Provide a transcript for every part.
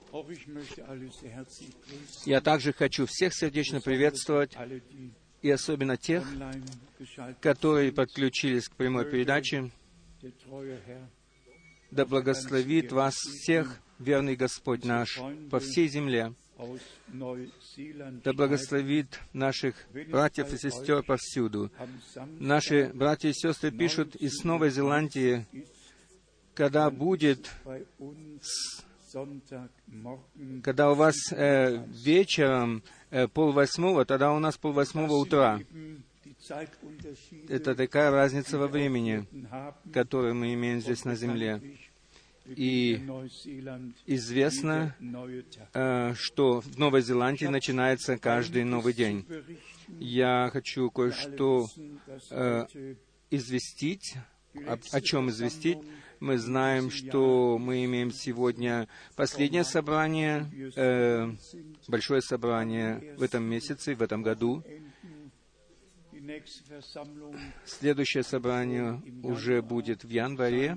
Я также хочу всех сердечно приветствовать, и особенно тех, которые подключились к прямой передаче. Да благословит вас всех верный Господь наш по всей земле. Да благословит наших братьев и сестер повсюду. Наши братья и сестры пишут из Новой Зеландии, когда у вас вечером 7:30, тогда у нас 7:30 утра. Это такая разница во времени, которую мы имеем здесь на земле. И известно, что в Новой Зеландии начинается каждый новый день. Я хочу кое-что известить. О чем известить? Мы знаем, что мы имеем сегодня последнее собрание, большое собрание в этом месяце, в этом году. Следующее собрание уже будет в январе,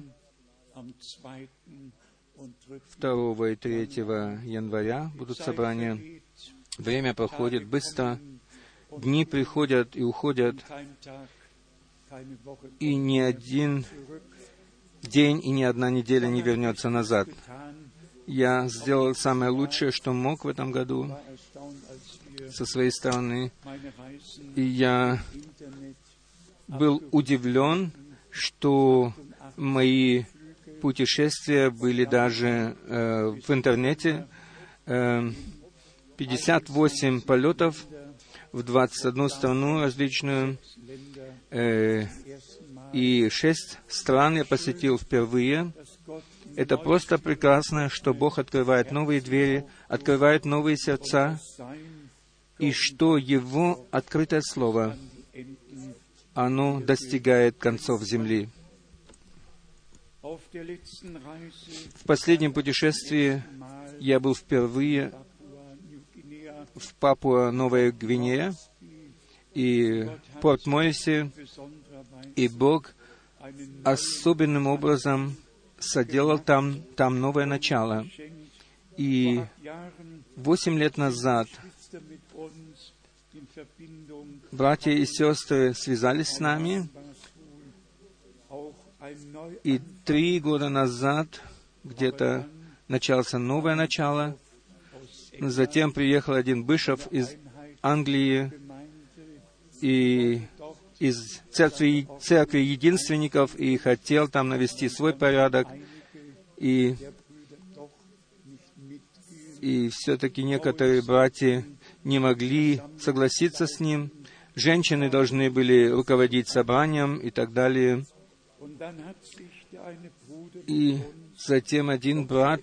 2 и 3 января будут собрания. Время проходит быстро, дни приходят и уходят, и ни один день и ни одна неделя не вернется назад. Я сделал самое лучшее, что мог в этом году со своей стороны, и я был удивлен, что мои путешествия были даже в интернете. 58 полетов в 21 страну различную, и 6 стран я посетил впервые. Это просто прекрасно, что Бог открывает новые двери, открывает новые сердца, и что Его открытое Слово, оно достигает концов земли. В последнем путешествии я был впервые в Папуа-Новая Гвинея и Порт-Морисе, и Бог особенным образом соделал там новое начало. И 8 лет назад братья и сестры связались с нами, и 3 года назад где-то начался новое начало. Затем приехал один бишоп из Англии и из церкви единственников, и хотел там навести свой порядок. И все-таки некоторые братья не могли согласиться с ним. Женщины должны были руководить собранием и так далее. И затем один брат,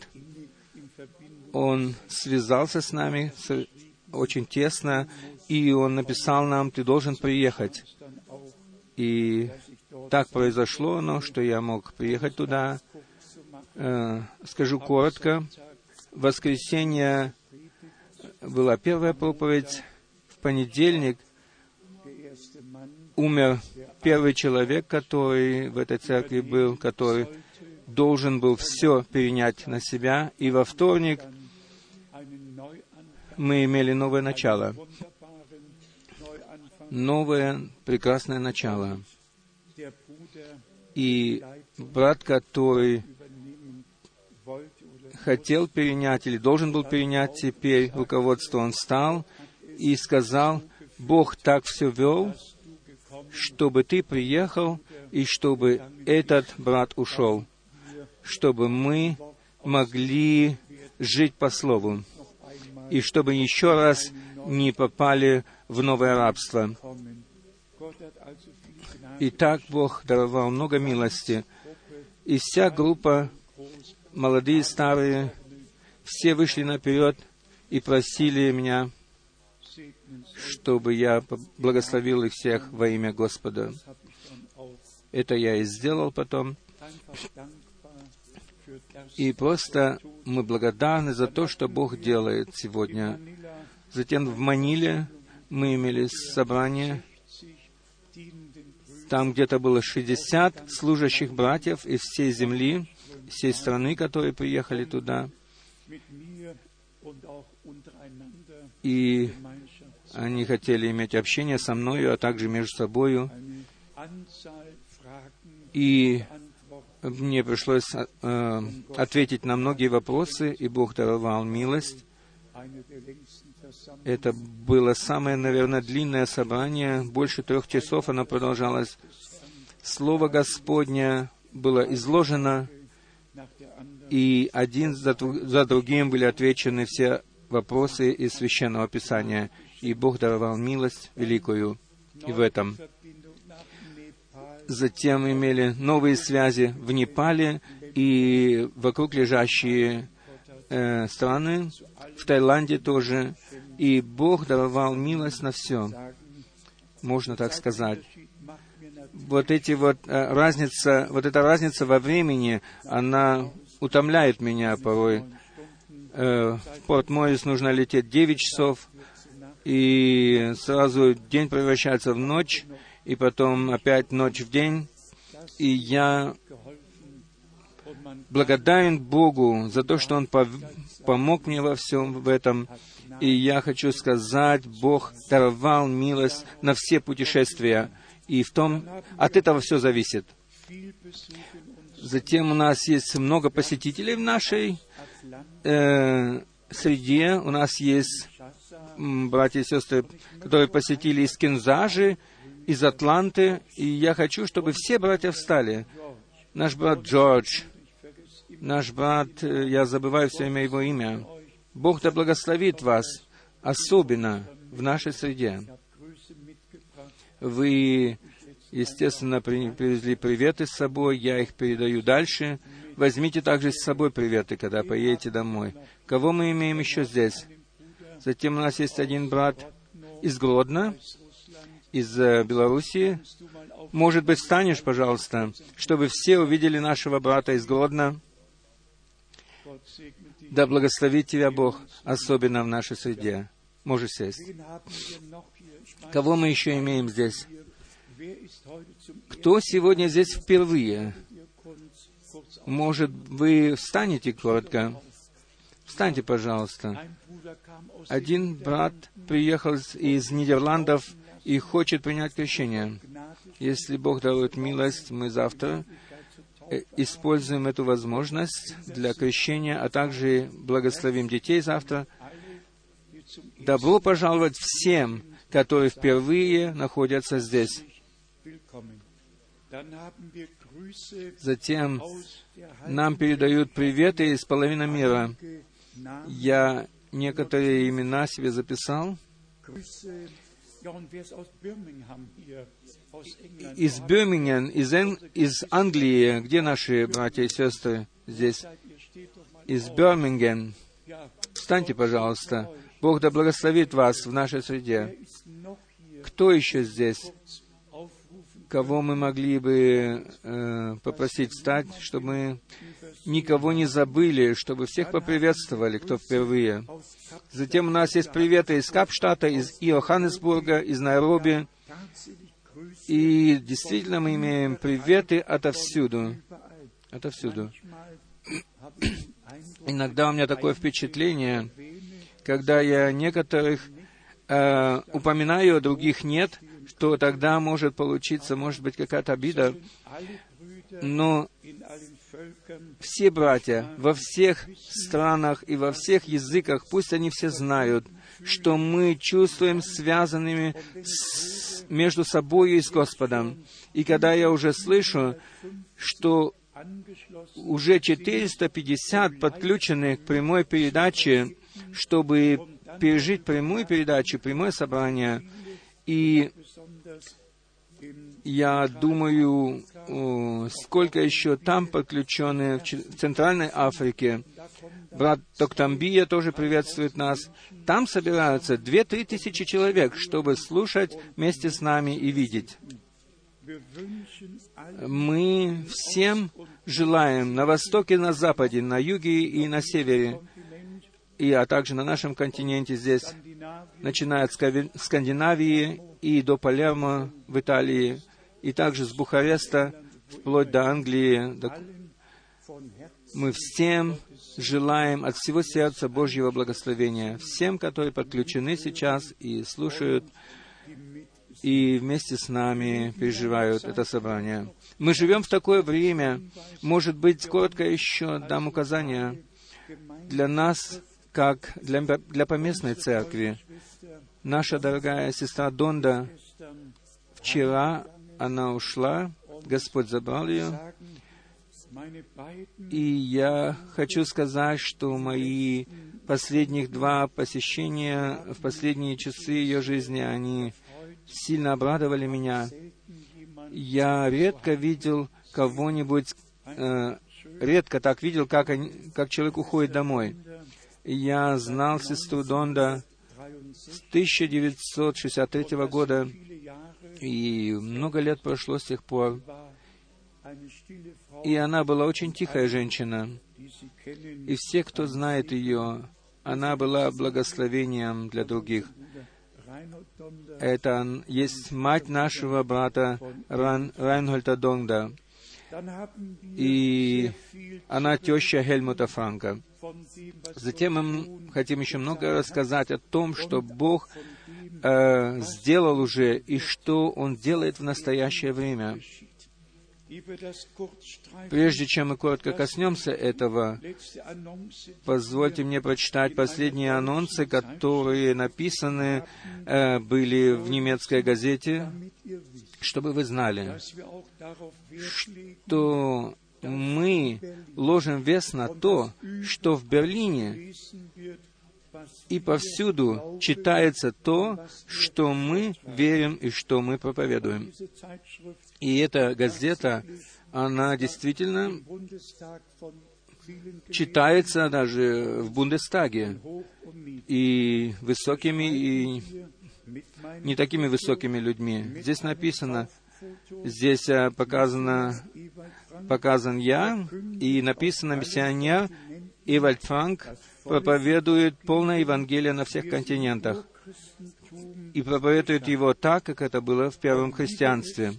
он связался с нами очень тесно, и он написал нам: «Ты должен приехать». И так произошло, что я мог приехать туда. Скажу коротко. В воскресенье была первая проповедь. В понедельник умер первый человек, который в этой церкви был, который должен был все перенять на себя. И во вторник мы имели новое начало. Новое, прекрасное начало. И брат, который хотел перенять или должен был перенять теперь руководство, он встал и сказал: «Бог так все вел, чтобы ты приехал, и чтобы этот брат ушел, чтобы мы могли жить по Слову, и чтобы еще раз не попали в новое рабство». И так Бог даровал много милости. И вся группа, молодые, старые, все вышли наперед и просили меня, чтобы я благословил их всех во имя Господа. Это я и сделал потом. И просто мы благодарны за то, что Бог делает сегодня. Затем в Маниле мы имели собрание. Там где-то было 60 служащих братьев из всей земли, всей страны, которые приехали туда. и они хотели иметь общение со мною, а также между собою. И мне пришлось ответить на многие вопросы, и Бог даровал милость. Это было самое, наверное, длинное собрание, больше 3 часов оно продолжалось. Слово Господне было изложено, и один за другим были отвечены все вопросы из Священного Писания. И Бог даровал милость великую и в этом. Затем имели новые связи в Непале и вокруг лежащие страны, в Таиланде тоже. И Бог даровал милость на все, можно так сказать. Эта разница во времени, она утомляет меня порой. В Порт-Моррис нужно лететь 9 часов, и сразу день превращается в ночь, и потом опять ночь в день. И я благодарен Богу за то, что Он помог мне во всем в этом. И я хочу сказать, Бог даровал милость на все путешествия. И от этого все зависит. Затем у нас есть много посетителей в нашей среде. У нас есть братья и сестры, которые посетили из Кинзажи, из Атланты. И я хочу, чтобы все братья встали. Наш брат Джордж, наш брат, я забываю все время его имя. Бог да благословит вас, особенно в нашей среде. Вы, естественно, привезли приветы с собой, я их передаю дальше. Возьмите также с собой приветы, когда поедете домой. Кого мы имеем еще здесь? Затем у нас есть один брат из Гродно, из Белоруссии. Может быть, встанешь, пожалуйста, чтобы все увидели нашего брата из Гродно. Да благословит тебя Бог, особенно в нашей среде. Можешь сесть. Кого мы еще имеем здесь? Кто сегодня здесь впервые? Может, вы встанете коротко? Встаньте, пожалуйста. Один брат приехал из Нидерландов и хочет принять крещение. Если Бог дарует милость, мы завтра используем эту возможность для крещения, а также благословим детей завтра. Добро пожаловать всем, которые впервые находятся здесь. Затем нам передают приветы из половины мира. Я некоторые имена себе записал. Из Бирмингема, из Англии, где наши братья и сестры здесь? Из Бирмингема. Встаньте, пожалуйста. Бог да благословит вас в нашей среде. Кто еще здесь? Кого мы могли бы попросить встать, чтобы мы никого не забыли, чтобы всех поприветствовали, кто впервые. Затем у нас есть приветы из Капштата, из Йоханнесбурга, из Найроби. И действительно мы имеем приветы отовсюду. Отовсюду. Иногда у меня такое впечатление, когда я некоторых упоминаю, а других нет, то тогда может получиться, может быть, какая-то обида. Но все братья во всех странах и во всех языках, пусть они все знают, что мы чувствуем связанными между собой и с Господом. И когда я уже слышу, что уже 450 подключены к прямой передаче, чтобы пережить прямую передачу, прямое собрание, и я думаю, сколько еще там подключены в Центральной Африке. Брат Токтамбия тоже приветствует нас. Там собираются 2-3 тысячи человек, чтобы слушать вместе с нами и видеть. Мы всем желаем на востоке, на западе, на юге и на севере, а также на нашем континенте здесь, начиная от Скандинавии и до Палермо в Италии, и также с Бухареста вплоть до Англии. Мы всем желаем от всего сердца Божьего благословения. Всем, которые подключены сейчас и слушают, и вместе с нами переживают это собрание. Мы живем в такое время, может быть, коротко еще дам указания для нас, как для поместной церкви. Наша дорогая сестра Донда, вчера она ушла, Господь забрал ее. И я хочу сказать, что мои последних 2 посещения в последние часы ее жизни, они сильно обрадовали меня. Я редко видел кого-нибудь, редко так видел, как человек уходит домой. Я знал сестру Донда с 1963 года, и много лет прошло с тех пор. И она была очень тихая женщина. И все, кто знает ее, она была благословением для других. Это есть мать нашего брата Райнгольда Донда. И она теща Хельмута Франка. Затем мы хотим еще много рассказать о том, что Бог сделал уже и что Он делает в настоящее время. Прежде чем мы коротко коснемся этого, позвольте мне прочитать последние анонсы, которые написаны были в немецкой газете, чтобы вы знали, что мы ложим вес на то, что в Берлине и повсюду читается то, что мы верим и что мы проповедуем. И эта газета, она действительно читается даже в Бундестаге и высокими, и не такими высокими людьми. Здесь написано, здесь показан я, и написано «Миссионер Эвальд Франк проповедует полное Евангелие на всех континентах». И проповедует его так, как это было в первом христианстве.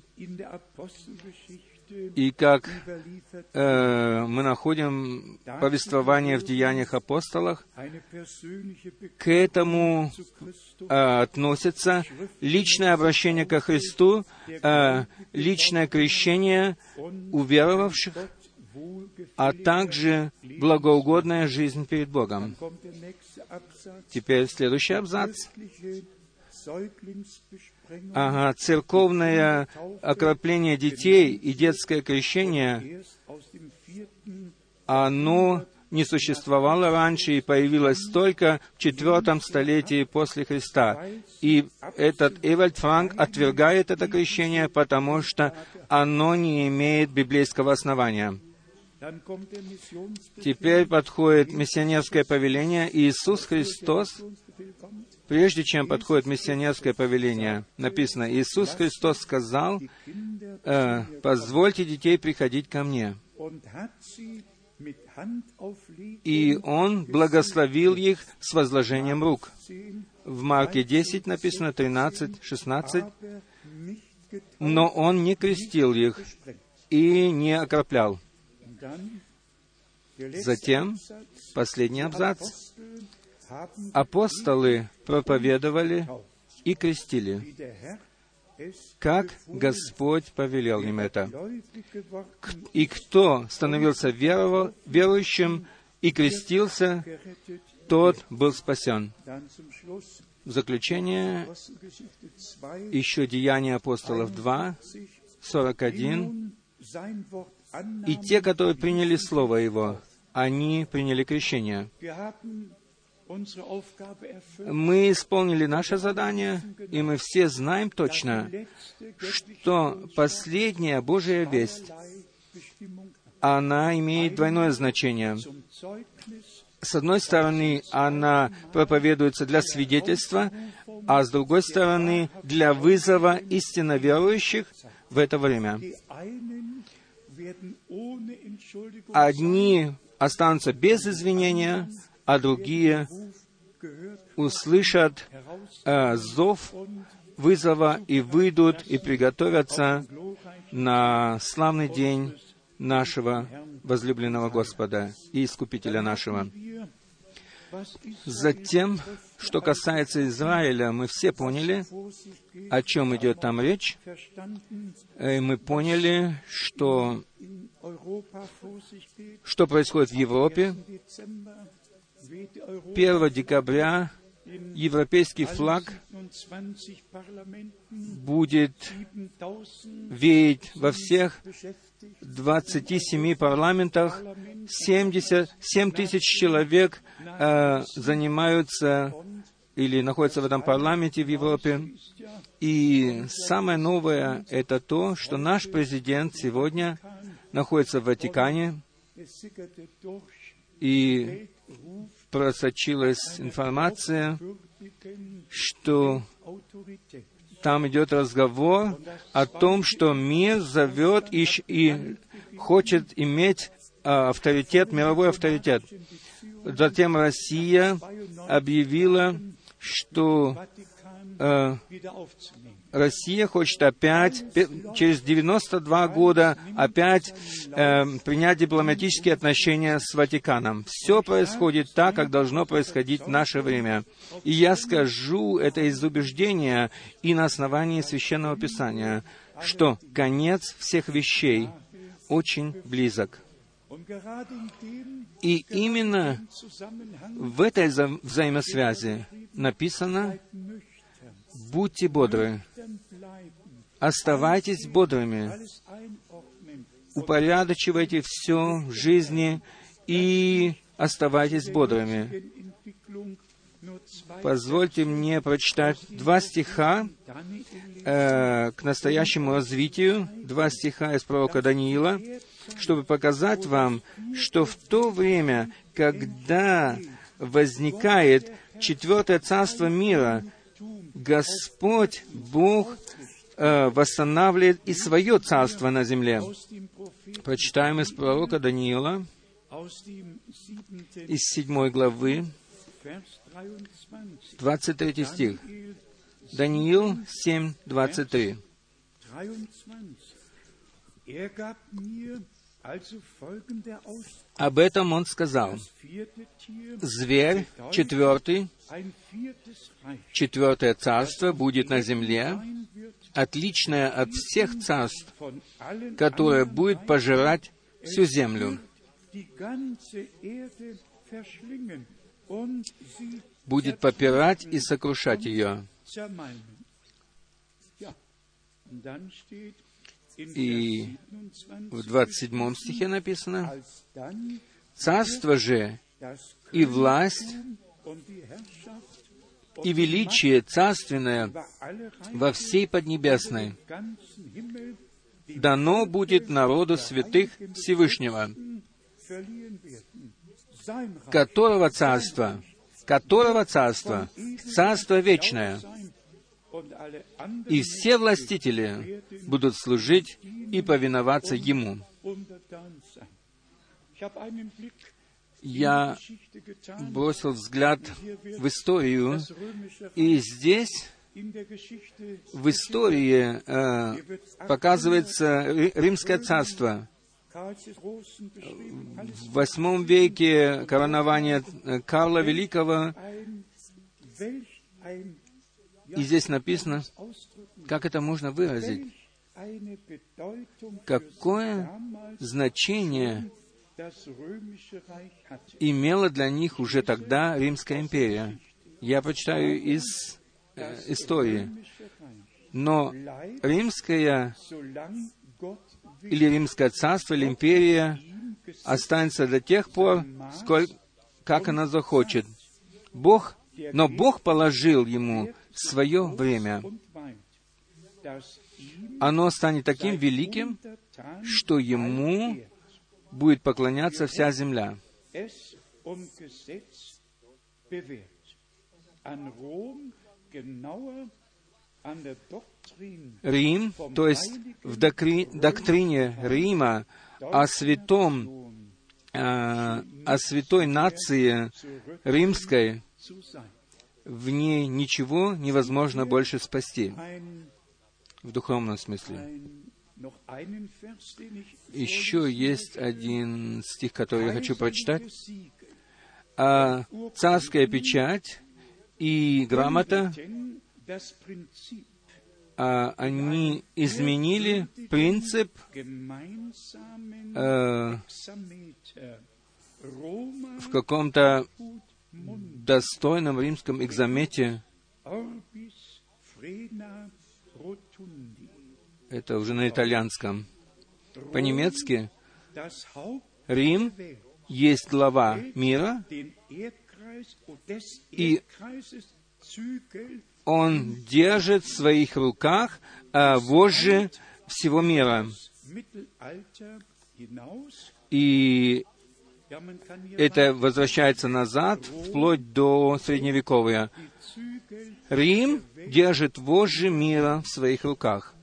И как мы находим повествование в Деяниях апостолов, к этому относится личное обращение ко Христу, личное крещение уверовавших, а также благоугодная жизнь перед Богом. Теперь следующий абзац. Церковное окропление детей и детское крещение, оно не существовало раньше и появилось только в 4 столетии после Христа. И этот Эвальд Франк отвергает это крещение, потому что оно не имеет библейского основания. Теперь подходит миссионерское повеление. Иисус Христос, прежде чем подходит миссионерское повеление, написано, Иисус Христос сказал, «Позвольте детей приходить ко мне». И Он благословил их с возложением рук. В Марке 10 написано 13-16, «Но Он не крестил их и не окроплял». Затем, последний абзац, апостолы проповедовали и крестили, как Господь повелел им это. И кто становился верующим и крестился, тот был спасен. В заключение, еще Деяния апостолов 2, 41. «И те, которые приняли Слово Его, они приняли крещение». Мы исполнили наше задание, и мы все знаем точно, что последняя Божья весть, она имеет двойное значение. С одной стороны, она проповедуется для свидетельства, а с другой стороны, для вызова истинно верующих в это время. Одни останутся без извинения, а другие услышат зов вызова и выйдут и приготовятся на славный день нашего возлюбленного Господа и Искупителя нашего. Затем, что касается Израиля, мы все поняли, о чем идет там речь. И мы поняли, что происходит в Европе. 1 декабря европейский флаг будет веять во всех 27 парламентах. 7 тысяч человек занимаются или находятся в этом парламенте в Европе. И самое новое — это то, что наш президент сегодня находится в Ватикане, и просочилась информация, что там идет разговор о том, что мир зовет и хочет иметь авторитет, мировой авторитет. Затем Россия объявила, что Россия хочет опять, через 92 года, опять принять дипломатические отношения с Ватиканом. Все происходит так, как должно происходить в наше время. И я скажу это из убеждения и на основании Священного Писания, что конец всех вещей очень близок. И именно в этой взаимосвязи написано: «Будьте бодры, оставайтесь бодрыми, упорядочивайте все в жизни и оставайтесь бодрыми». Позвольте мне прочитать 2 стиха к настоящему развитию, 2 стиха из пророка Даниила, чтобы показать вам, что в то время, когда возникает 4-е царство мира, Господь, Бог, восстанавливает и свое царство на земле. Прочитаем из пророка Даниила, из 7 главы, 23 стих. Даниил 7, 23. Об этом он сказал: «Зверь, 4-й, 4-е царство будет на земле, отличное от всех царств, которое будет пожирать всю землю. Будет попирать и сокрушать ее». И в 27 стихе написано: «Царство же и власть, и величие царственное во всей Поднебесной дано будет народу святых Всевышнего, которого царство, царство вечное, и все властители будут служить и повиноваться Ему». Я бросил взгляд в историю, и здесь, в истории, показывается Римское царство. В 8 веке коронование Карла Великого, и здесь написано, как это можно выразить, какое значение имела для них уже тогда Римская империя. Я прочитаю из истории. Но Римская или Римское царство, или империя останется до тех пор, как она захочет. Но Бог положил ему свое время. Оно станет таким великим, что ему будет поклоняться вся земля. Рим, то есть в доктрине Рима о святой нации римской, в ней ничего невозможно больше спасти, в духовном смысле. Еще есть один стих, который я хочу прочитать. А царская печать и грамота, они изменили принцип в каком-то достойном римском экзамете. Это уже на итальянском. По-немецки Рим есть глава мира, и он держит в своих руках вожжи всего мира. И это возвращается назад, вплоть до Средневековья. Рим держит вожжи мира в своих руках.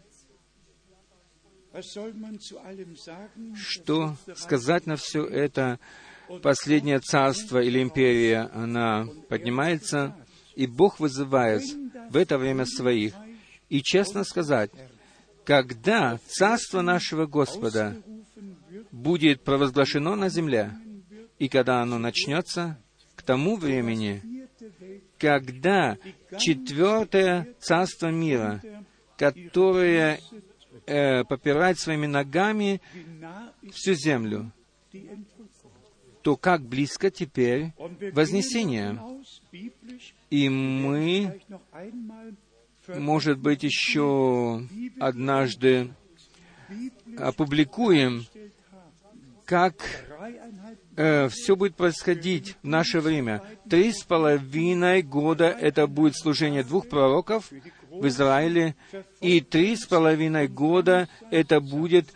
Что сказать на все это? Последнее царство или империя, она поднимается, и Бог вызывает в это время своих. И честно сказать, когда царство нашего Господа будет провозглашено на земле, и когда оно начнется, к тому времени, когда четвертое царство мира, которое попирает своими ногами всю землю, то как близко теперь вознесение. И мы, может быть, еще однажды опубликуем, как все будет происходить в наше время. 3,5 года это будет служение 2 пророков в Израиле, и 3,5 года это будет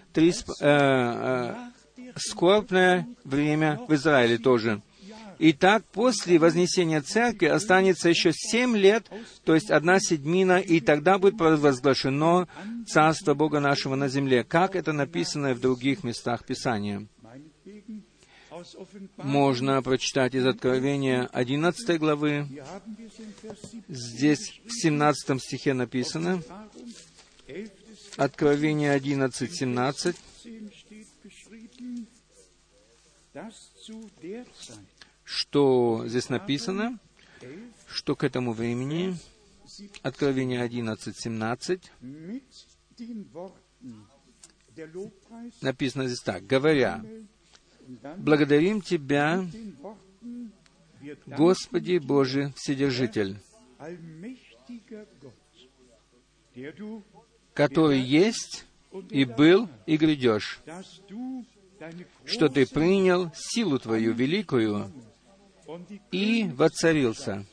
скорбное время в Израиле тоже. Итак, после вознесения церкви останется еще 7 лет, то есть 1/7, и тогда будет провозглашено Царство Бога нашего на земле, как это написано в других местах Писания. Можно прочитать из Откровения 11 главы. Здесь в 17 стихе написано, Откровение 11, 17, что здесь написано, что к этому времени, Откровение 11, 17, написано здесь так, говоря, «Благодарим Тебя, Господи Боже Вседержитель, который есть и был и грядешь, что Ты принял силу Твою великую и воцарился».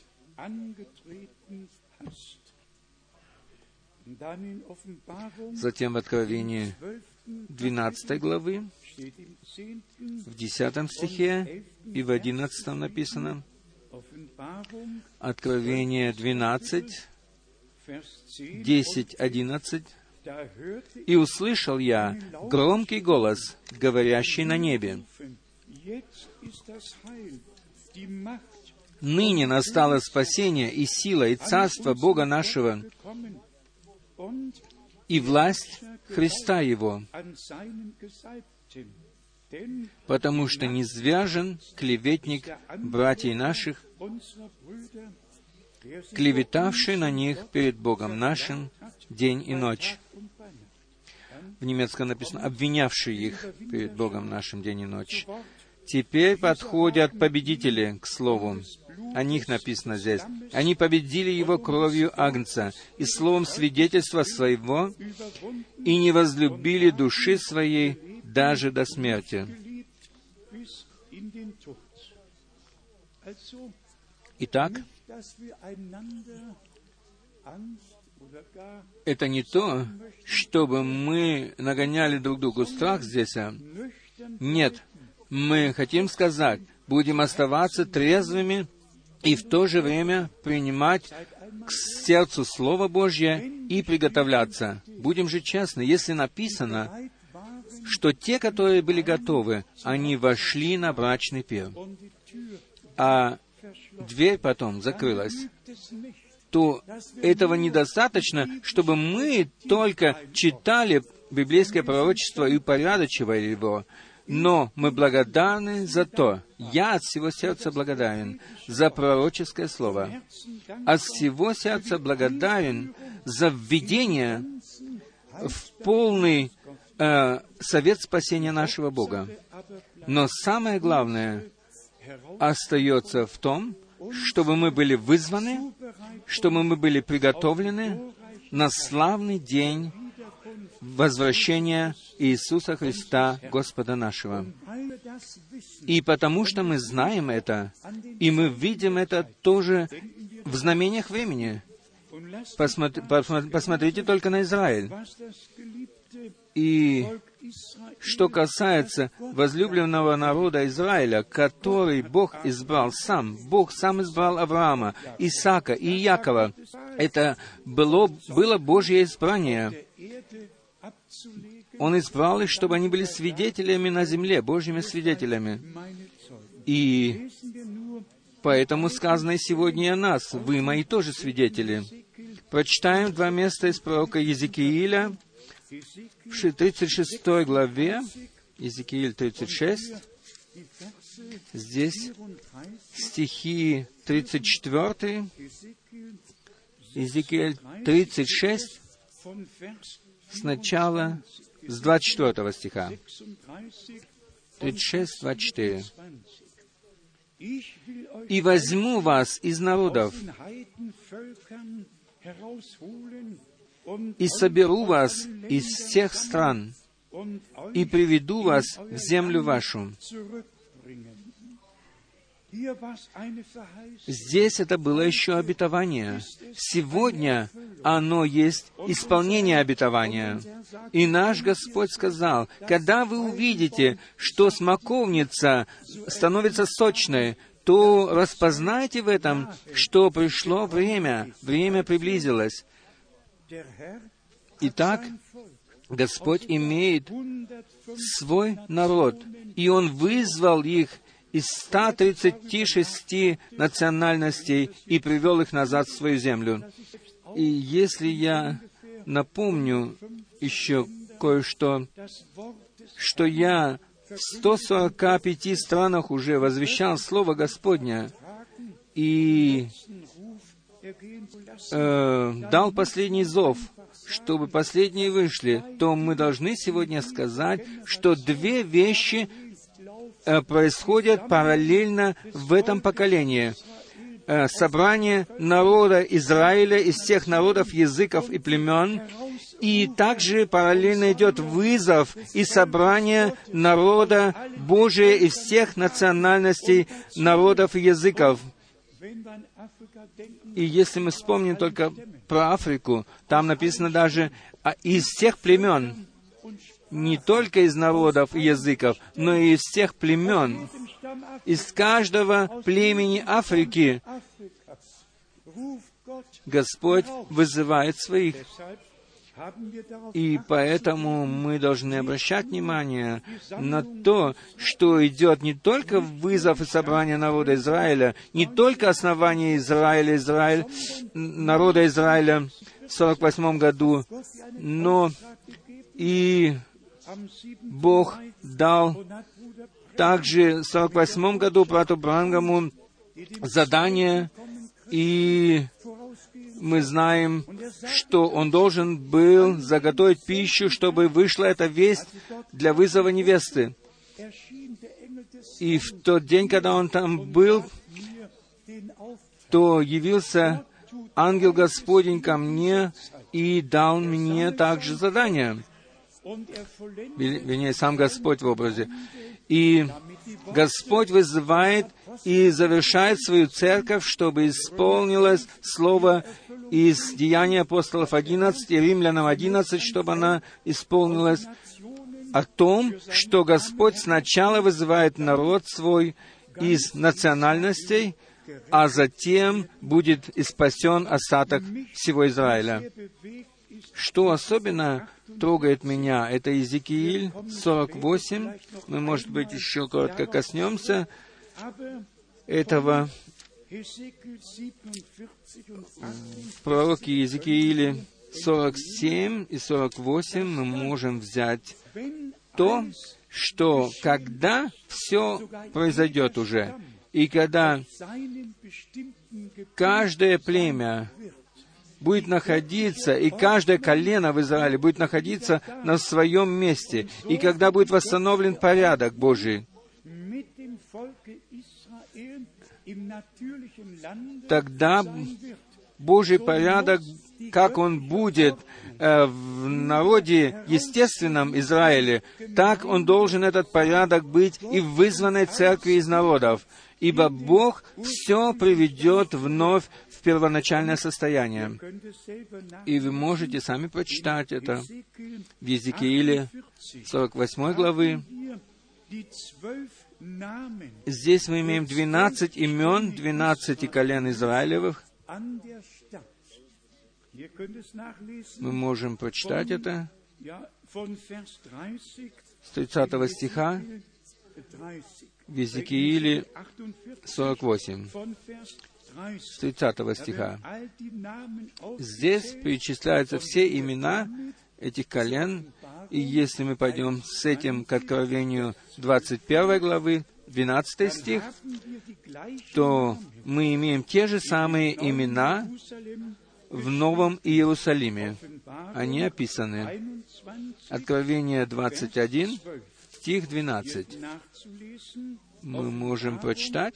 Затем в Откровении 12 главы, в 10 стихе и в 11 написано, Откровение 12, 10, 11, «И услышал я громкий голос, говорящий на небе, ныне настало спасение и сила, и царство Бога нашего, и власть Христа Его, потому что низвержен клеветник братьев наших, клеветавший на них перед Богом нашим день и ночь». В немецком написано «обвинявший их перед Богом нашим день и ночь». Теперь подходят победители к слову. О них написано здесь. Они победили его кровью Агнца и словом свидетельства своего, и не возлюбили души своей даже до смерти. Итак, это не то, чтобы мы нагоняли друг другу страх здесь. Нет, мы хотим сказать, будем оставаться трезвыми и в то же время принимать к сердцу Слово Божье и приготовляться. Будем же честны, если написано, что те, которые были готовы, они вошли на брачный пир, а дверь потом закрылась, то этого недостаточно, чтобы мы только читали библейское пророчество и упорядочивали его. Но мы благодарны за то, я от всего сердца благодарен за пророческое слово, от всего сердца благодарен за введение в полный совет спасения нашего Бога. Но самое главное остается в том, чтобы мы были вызваны, чтобы мы были приготовлены на славный день возвращения Иисуса Христа, Господа нашего. И потому что мы знаем это, и мы видим это тоже в знамениях времени. Посмотрите только на Израиль. И что касается возлюбленного народа Израиля, который Бог избрал сам, Бог сам избрал Авраама, Исаака и Иакова, это было Божье избрание. Он избрал их, чтобы они были свидетелями на земле, Божьими свидетелями. И поэтому сказано сегодня и о нас: «Вы мои тоже свидетели». Прочитаем 2 места из пророка Иезекииля, в 36 главе, Иезекииль 36, здесь стихи 34, Иезекииль 36, сначала с 24 стиха. 36, 24. «И возьму вас из народов, и соберу вас из всех стран, и приведу вас в землю вашу». Здесь это было еще обетование. Сегодня оно есть исполнение обетования. И наш Господь сказал: когда вы увидите, что смоковница становится сочной, то распознайте в этом, что пришло время, время приблизилось. Итак, Господь имеет свой народ, и Он вызвал их из 136 национальностей и привел их назад в свою землю. И если я напомню еще кое-что, что я в 145 странах уже возвещал Слово Господне и дал последний зов, чтобы последние вышли, то мы должны сегодня сказать, что 2 вещи происходят параллельно в этом поколении. Собрание народа Израиля из всех народов, языков и племен, и также параллельно идет вызов и собрание народа Божия из всех национальностей, народов и языков. И если мы вспомним только про Африку, там написано даже из всех племен, не только из народов и языков, но и из всех племен, из каждого племени Африки Господь вызывает своих. И поэтому мы должны обращать внимание на то, что идет не только вызов и собрание народа Израиля, не только основание Израиля, народа Израиля в 48 году, но и Бог дал также в 48 году брату Бранхаму задание, и мы знаем, что он должен был заготовить пищу, чтобы вышла эта весть для вызова невесты. И в тот день, когда он там был, то явился ангел Господень ко мне и дал мне также задание. Вернее, сам Господь в образе. И Господь вызывает и завершает свою церковь, чтобы исполнилось слово из Деяний апостолов 11 и Римлянам 11, чтобы она исполнилась о том, что Господь сначала вызывает народ свой из национальностей, а затем будет и спасен остаток всего Израиля. Что особенно трогает меня, это Иезекииль 48. Мы, может быть, еще коротко коснемся этого. В пророке Иезекииле 47 и 48 мы можем взять то, что когда все произойдет уже, и когда каждое племя будет находиться, и каждое колено в Израиле будет находиться на своем месте, и когда будет восстановлен порядок Божий, тогда Божий порядок, как он будет в народе естественном Израиле, так он должен, этот порядок, быть и в вызванной церкви из народов. Ибо Бог все приведет вновь в первоначальное состояние. И вы можете сами прочитать это в Иезекииле 48 главы. Здесь мы имеем 12 имен, 12 колен Израилевых. Мы можем прочитать это с 30 стиха в Иезекииле 48, с 30 стиха. Здесь перечисляются все имена этих колен, и если мы пойдем с этим к Откровению 21 главы, 12 стих, то мы имеем те же самые имена в Новом Иерусалиме. Они описаны. Откровение 21, стих 12. Мы можем прочитать.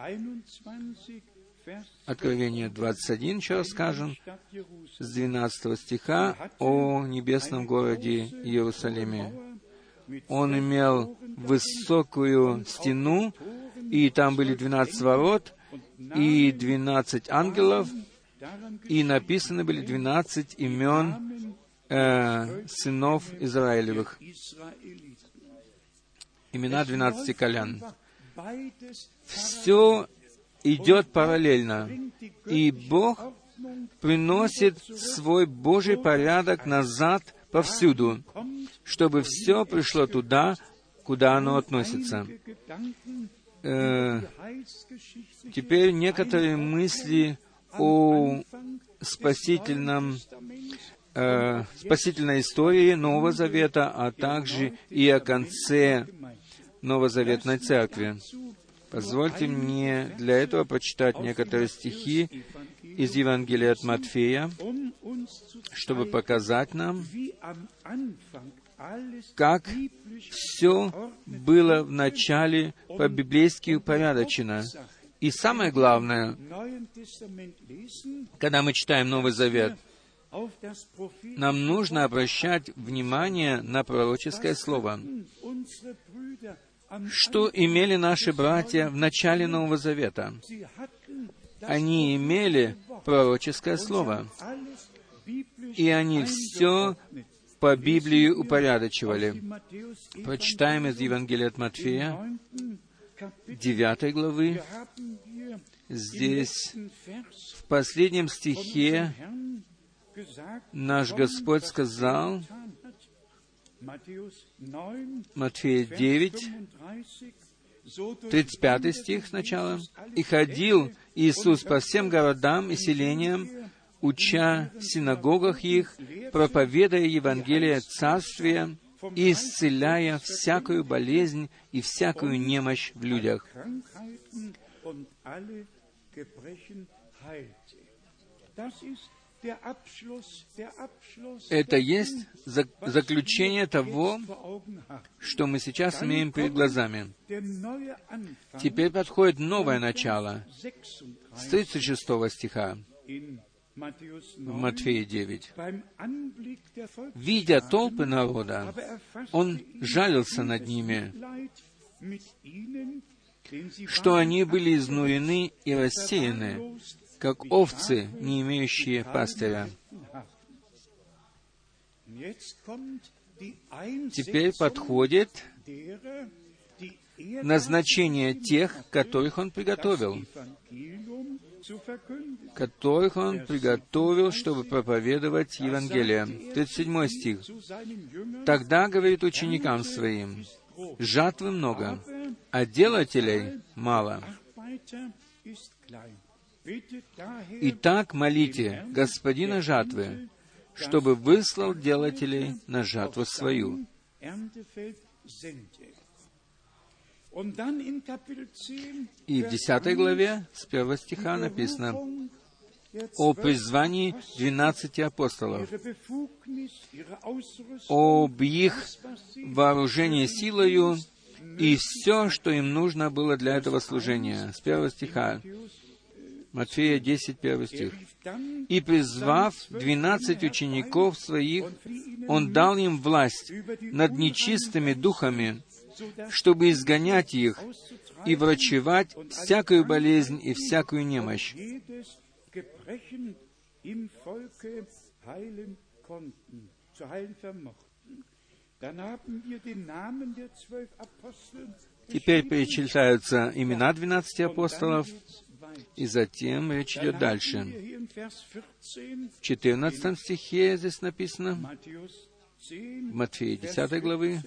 Откровение 21, еще раз скажем, с 12 стиха о небесном городе Иерусалиме. Он имел высокую стену, и там были 12 ворот, и 12 ангелов, и написаны были 12 имен сынов Израилевых. Имена 12 колен. Все идет параллельно, и Бог приносит свой Божий порядок назад повсюду, чтобы все пришло туда, куда оно относится. Теперь некоторые мысли о спасительной истории Нового Завета, а также и о конце Новозаветной Церкви. Позвольте мне для этого прочитать некоторые стихи из Евангелия от Матфея, чтобы показать нам, как все было в начале по-библейски упорядочено. И самое главное, когда мы читаем Новый Завет, нам нужно обращать внимание на пророческое слово. Что имели наши братья в начале Нового Завета? Они имели пророческое слово, и они все по Библии упорядочивали. Прочитаем из Евангелия от Матфея, 9 главы. Здесь, в последнем стихе, наш Господь сказал, Матфея 9, 35 стих сначала, «И ходил Иисус по всем городам и селениям, уча в синагогах их, проповедуя Евангелие Царствия и исцеляя всякую болезнь и всякую немощь в людях». Это есть заключение того, что мы сейчас имеем перед глазами. Теперь подходит новое начало с 36 стиха в Матфея 9. «Видя толпы народа, Он жалился над ними, что они были изнурены и рассеяны, как овцы, не имеющие пастыря». Теперь подходит назначение тех, которых Он приготовил, чтобы проповедовать Евангелие. 37 стих. «Тогда, говорит ученикам Своим, жатвы много, а делателей мало. Итак, молите Господина жатвы, чтобы выслал делателей на жатву свою». И в 10 главе, с 1 стиха написано о призвании 12 апостолов, об их вооружении силою и все, что им нужно было для этого служения. С 1 стиха, Матфея 10, 1 стих. «И призвав 12 учеников своих, Он дал им власть над нечистыми духами, чтобы изгонять их и врачевать всякую болезнь и всякую немощь». Теперь перечисляются имена 12 апостолов, и затем речь идет дальше. В 14 стихе здесь написано, в Матфея 10 главы,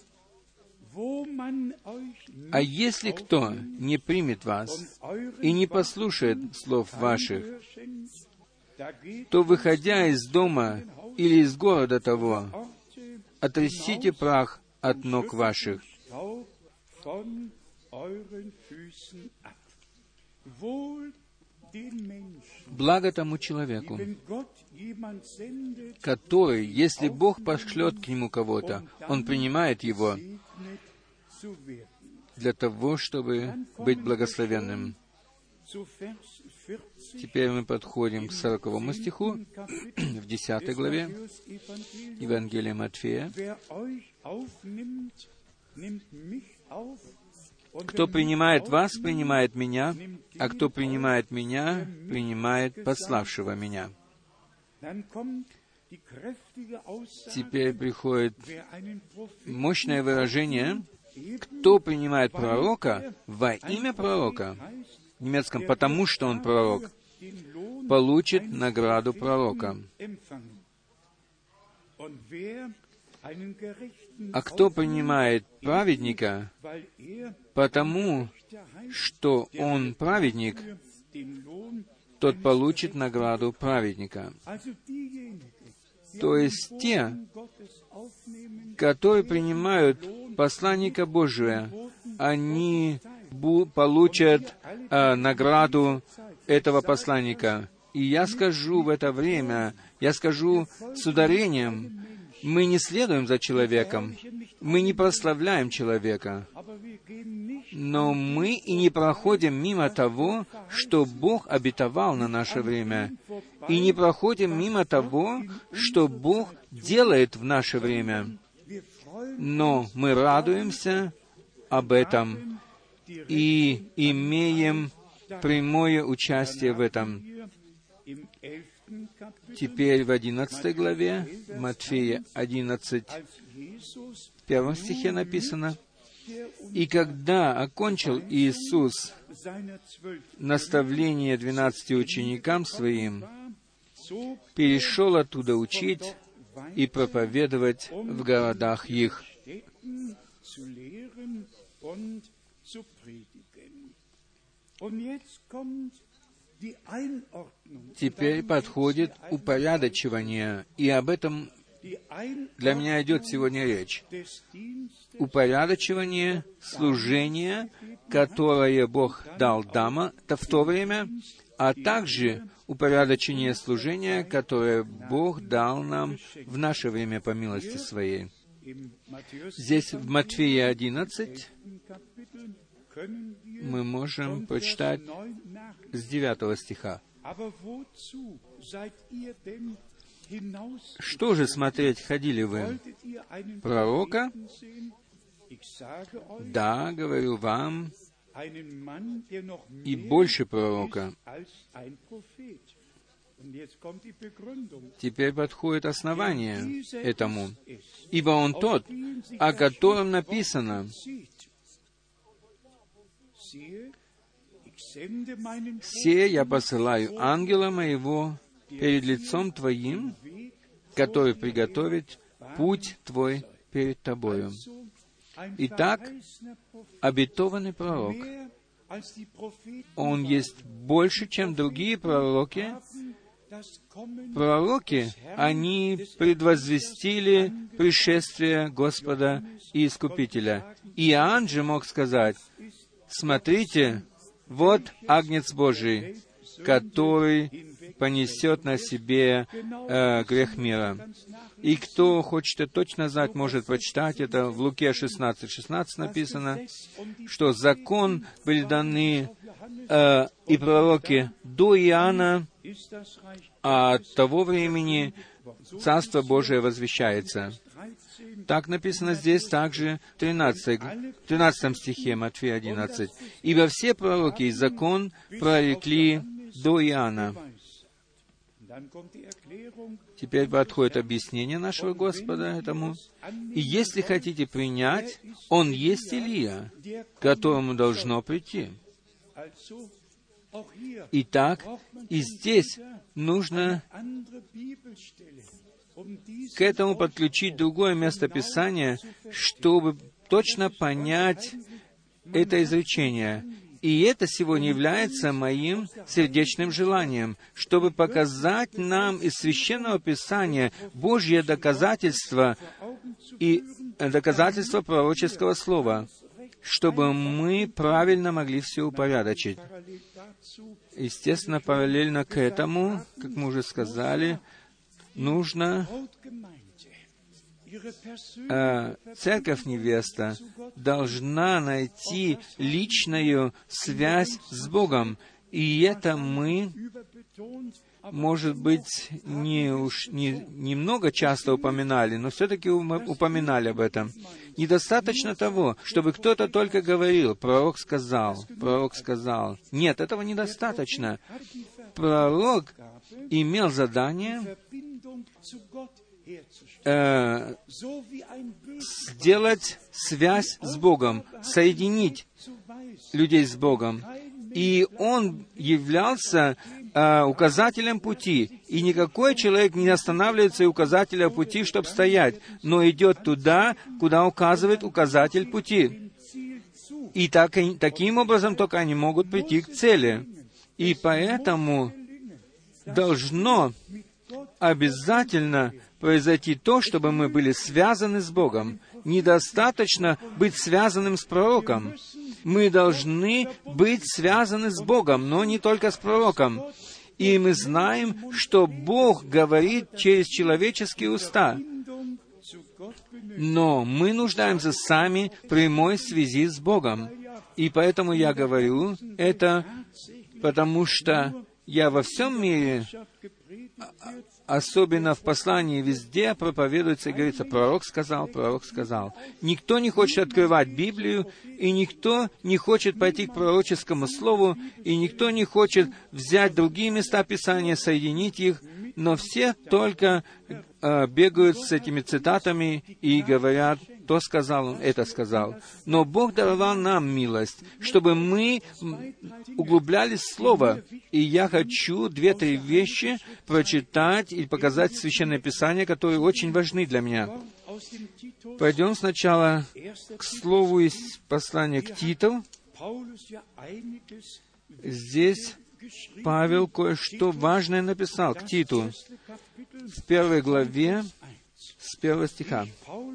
«А если кто не примет вас и не послушает слов ваших, то, выходя из дома или из города того, отрясите прах от ног ваших». Благо тому человеку, который, если Бог пошлет к нему кого-то, он принимает его для того, чтобы быть благословенным. Теперь мы подходим к 40 стиху, в 10 главе Евангелия Матфея. «Кто принимает вас, принимает меня, а кто принимает меня, принимает пославшего меня». Теперь приходит мощное выражение: «Кто принимает пророка во имя пророка», в немецком «потому что он пророк», получит награду пророка. А кто принимает праведника, потому что он праведник, тот получит награду праведника. То есть те, которые принимают посланника Божия, они получат награду этого посланника. И я скажу в это время, я скажу с ударением, мы не следуем за человеком, мы не прославляем человека, но мы и не проходим мимо того, что Бог обетовал на наше время, и не проходим мимо того, что Бог делает в наше время. Но мы радуемся об этом и имеем прямое участие в этом. Теперь в 11 главе, Матфея 11, в 1 стихе написано, «И когда окончил Иисус наставление 12 ученикам Своим, перешел оттуда учить и проповедовать в городах их». Теперь подходит упорядочивание, и об этом для меня идет сегодня речь. Упорядочивание служения, которое Бог дал Дама в то время, а также упорядочение служения, которое Бог дал нам в наше время по милости Своей. Здесь, в Матфея 11, мы можем прочитать с 9 стиха. «Что же смотреть ходили вы? Пророка? Да, говорю вам, и больше пророка». Теперь подходит основание этому. «Ибо он тот, о котором написано: «Се я посылаю ангела моего перед лицом твоим, который приготовит путь твой перед тобою». Итак, обетованный пророк, он есть больше, чем другие пророки, Пророки, они предвозвестили пришествие Господа и Искупителя. Иоанн же мог сказать: «Смотрите, вот Агнец Божий, который понесет на себе грех мира». И кто хочет это точно знать, может прочитать это. В Луке 16:16 написано, что закон были даны и пророки до Иоанна, а от того времени Царство Божие возвещается. Так написано здесь также в 13 стихе Матфея 11. «Ибо все пророки и закон прорекли до Иоанна». Теперь подходит объяснение нашего Господа этому. «И если хотите принять, Он есть Илия, к которому должно прийти». Итак, и здесь нужно к этому подключить другое местописание, чтобы точно понять это изречение. И это сегодня является моим сердечным желанием, чтобы показать нам из Священного Писания Божье доказательство и доказательство пророческого слова, чтобы мы правильно могли все упорядочить. Естественно, параллельно к этому, как мы уже сказали, нужно церковь-невеста должна найти личную связь с Богом. И это мы, может быть, немного часто упоминали, но все-таки упоминали об этом. Недостаточно того, чтобы кто-то только говорил: «Пророк сказал, пророк сказал». Нет, этого недостаточно. Пророк имел задание сделать связь с Богом, соединить людей с Богом. И он являлся указателем пути. И никакой человек не останавливается у указателя пути, чтобы стоять, но идет туда, куда указывает указатель пути. И таким образом только они могут прийти к цели. И поэтому должно обязательно произойти то, чтобы мы были связаны с Богом. Недостаточно быть связанным с пророком. Мы должны быть связаны с Богом, но не только с пророком. И мы знаем, что Бог говорит через человеческие уста. Но мы нуждаемся сами в прямой связи с Богом. И поэтому я говорю это, потому что я во всем мире, особенно в послании, везде проповедуется и говорится: «Пророк сказал, пророк сказал». Никто не хочет открывать Библию, и никто не хочет пойти к пророческому слову, и никто не хочет взять другие места Писания, соединить их, но все только бегают с этими цитатами и говорят: «То сказал он, это сказал». Но Бог даровал нам милость, чтобы мы углублялись в Слово. И я хочу 2-3 вещи прочитать и показать Священное Писание, которые очень важны для меня. Пойдем сначала к слову из послания к Титу. Здесь Павел кое-что важное написал к Титу в 1 главе с 1 стиха.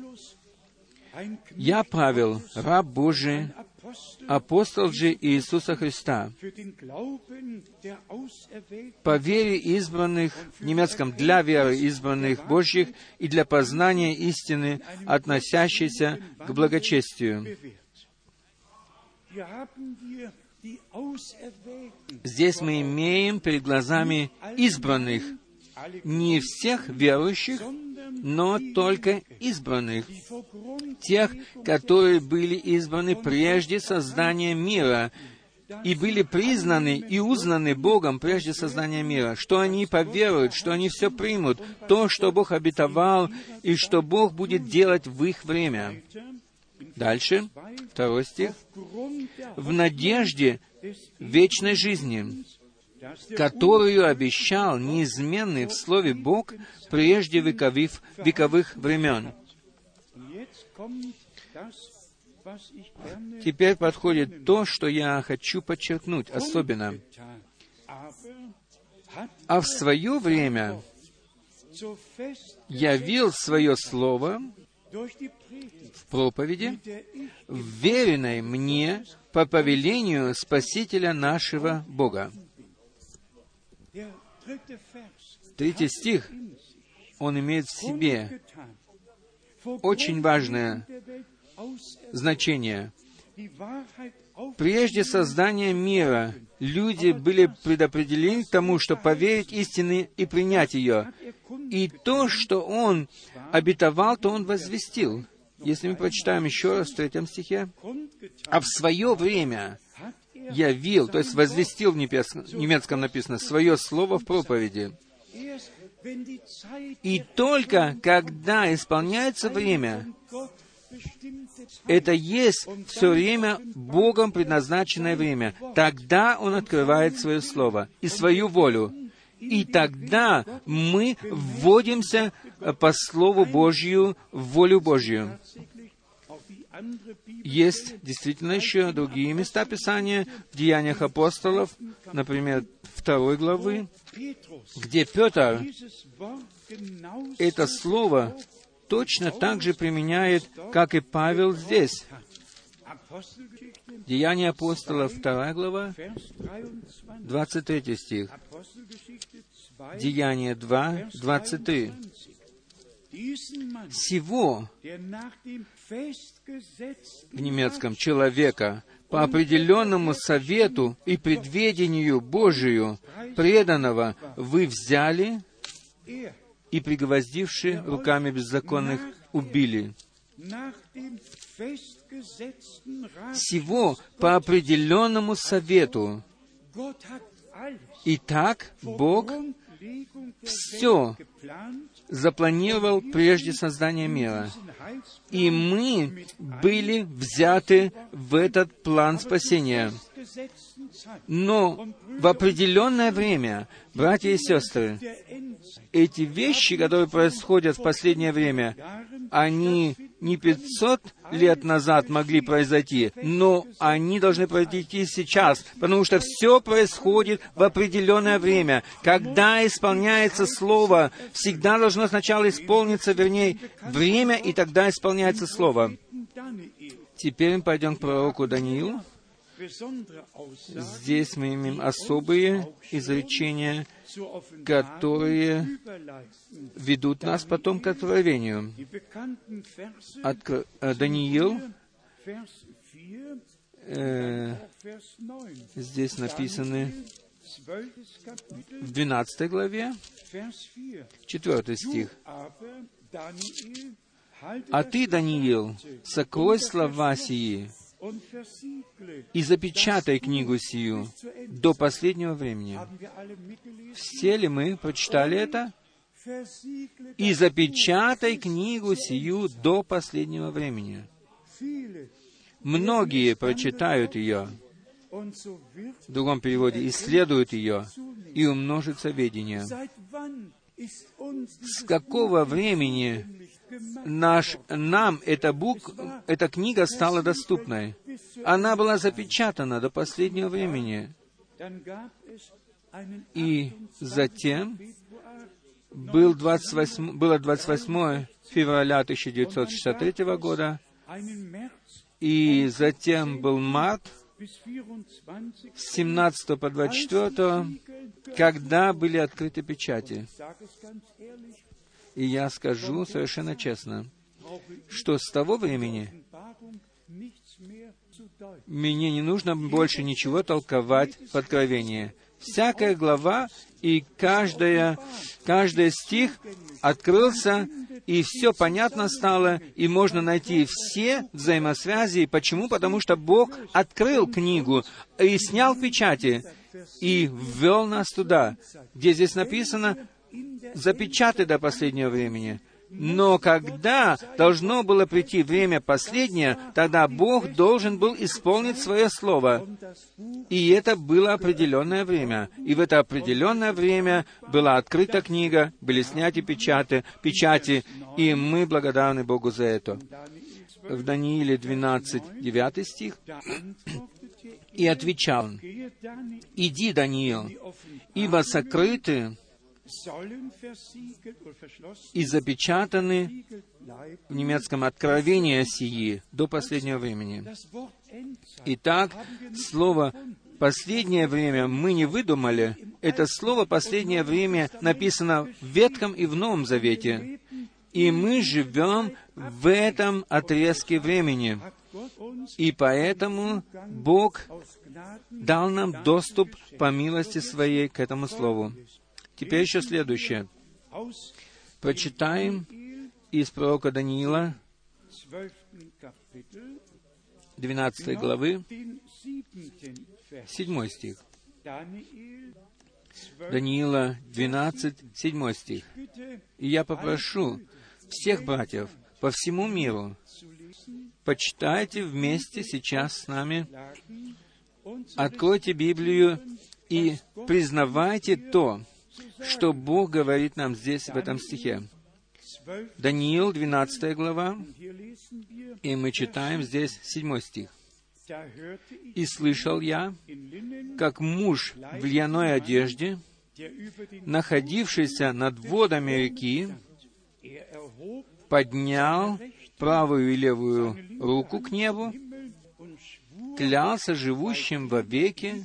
«Я, Павел, раб Божий, апостол же Иисуса Христа, по вере избранных, в немецком, для веры избранных Божьих и для познания истины, относящейся к благочестию». Здесь мы имеем перед глазами избранных, не всех верующих, но только избранных, тех, которые были избраны прежде создания мира, и были признаны и узнаны Богом прежде создания мира, что они поверуют, что они все примут, то, что Бог обетовал, и что Бог будет делать в их время. Дальше, 2 стих. «В надежде вечной жизни, которую обещал неизменный в Слове Бог прежде вековых времен». Теперь подходит то, что я хочу подчеркнуть особенно. а в свое время явил свое слово в проповеди, веренной мне по повелению Спасителя нашего Бога». 3 стих, он имеет в себе очень важное значение. Прежде создания мира люди были предопределены к тому, чтобы поверить истине и принять ее. И то, что Он обетовал, то Он возвестил. Если мы прочитаем еще раз в 3 стихе, «А в свое время явил», то есть возвестил в немецком написано, «свое слово в проповеди». И только когда исполняется время, это есть все время Богом предназначенное время, тогда Он открывает свое слово и свою волю. И тогда мы вводимся по Слову Божью в волю Божью. Есть действительно еще другие места Писания в Деяниях апостолов, например, 2 главы, где Петр это слово точно так же применяет, как и Павел здесь. Деяния апостолов, 2 глава, 23 стих. Деяния 2, 23. «Сего» в немецком «человека» по определенному совету и предведению Божию преданного вы взяли и, пригвоздивши руками беззаконных, убили». «Сего по определенному совету». Итак, Бог все запланировал прежде создания мира. И мы были взяты в этот план спасения. Но в определенное время, братья и сестры, эти вещи, которые происходят в последнее время, они не 500 лет назад могли произойти, но они должны произойти сейчас, потому что все происходит в определенное время. Когда исполняется Слово, всегда должно сначала исполниться, вернее, время, и тогда исполняется Слово. Теперь мы пойдем к пророку Даниилу. Здесь мы имеем особые изречения, которые ведут нас потом к откровению. Даниил, здесь написаны в 12 главе, 4 стих. «А ты, Даниил, сокрой слова сии и запечатай книгу сию до последнего времени». Все ли мы прочитали это? «И запечатай книгу сию до последнего времени». Многие прочитают ее, в другом переводе, исследуют ее, и умножится ведение. С какого времени нам эта книга стала доступной? Она была запечатана до последнего времени. И затем было 28 февраля 1963 года, и затем был март, с 17 по 24, когда были открыты печати. И я скажу совершенно честно, что с того времени мне не нужно больше ничего толковать в Откровении. Всякая глава и каждый стих открылся, и все понятно стало, и можно найти все взаимосвязи. Почему? Потому что Бог открыл книгу и снял печати, и ввел нас туда, где здесь написано «запечатай до последнего времени». Но когда должно было прийти время последнее, тогда Бог должен был исполнить свое слово. И это было определенное время. И в это определенное время была открыта книга, были сняты печати, и мы благодарны Богу за это. В Данииле 12, 9 стих, и отвечал: «Иди, Даниил, ибо сокрыты и запечатаны в немецком «Откровения сии» до последнего времени». Итак, слово «последнее время» мы не выдумали. Это слово «последнее время» написано в Ветхом и в Новом Завете. И мы живем в этом отрезке времени. И поэтому Бог дал нам доступ по милости Своей к этому слову. Теперь еще следующее. Прочитаем из пророка Даниила, 12 главы, 7 стих. Даниила 12, 7 стих. «И я попрошу всех братьев по всему миру, почитайте вместе сейчас с нами, откройте Библию и признавайте то, что Бог говорит нам здесь, в этом стихе». Даниил, 12 глава, и мы читаем здесь 7 стих. «И слышал я, как муж в льняной одежде, находившийся над водами реки, поднял правую и левую руку к небу, клялся живущим вовеки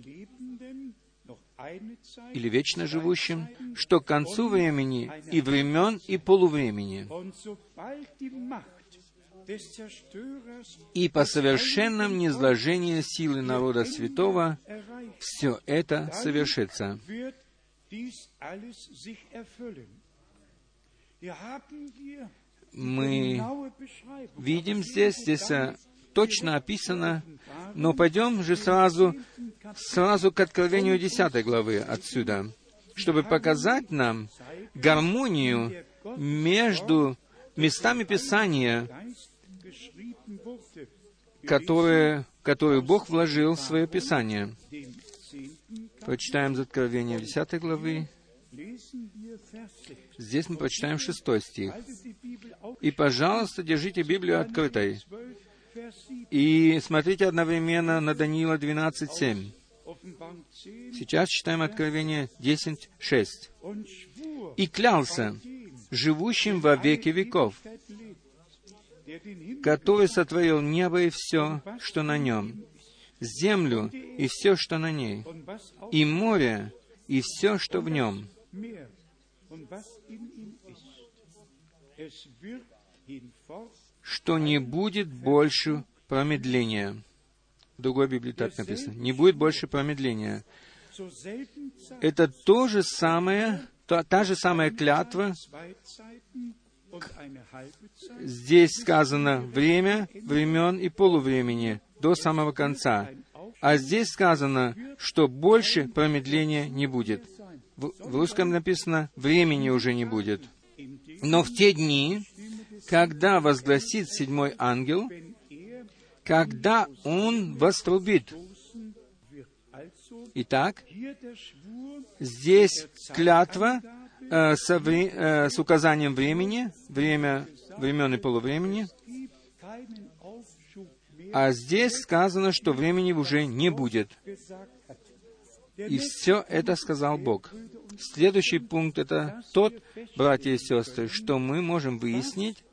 или вечно живущим, что к концу времени и времен и полувремени и по совершенном низложении силы народа святого все это совершится». Мы видим здесь точно описано, но пойдем же сразу к Откровению 10 главы отсюда, чтобы показать нам гармонию между местами Писания, которые Бог вложил в свое Писание. Прочитаем из Откровения 10 главы. Здесь мы прочитаем 6 стих. «И, пожалуйста, держите Библию открытой. И смотрите одновременно на Даниила 12:7. Сейчас читаем Откровение 10:6. «И клялся живущим во веки веков, который сотворил небо и все, что на нем, землю и все, что на ней, и море и все, что в нем, что не будет больше промедления». В другой Библии так написано. Не будет больше промедления. Это та же самая клятва. Здесь сказано время, времен и полувремени до самого конца. А здесь сказано, что больше промедления не будет. В русском написано, времени уже не будет. Но в те дни, когда возгласит 7-й ангел, когда он вострубит. Итак, здесь клятва с указанием времени, времен и полувремени, а здесь сказано, что времени уже не будет. И все это сказал Бог. Следующий пункт — это тот, братья и сестры, что мы можем выяснить,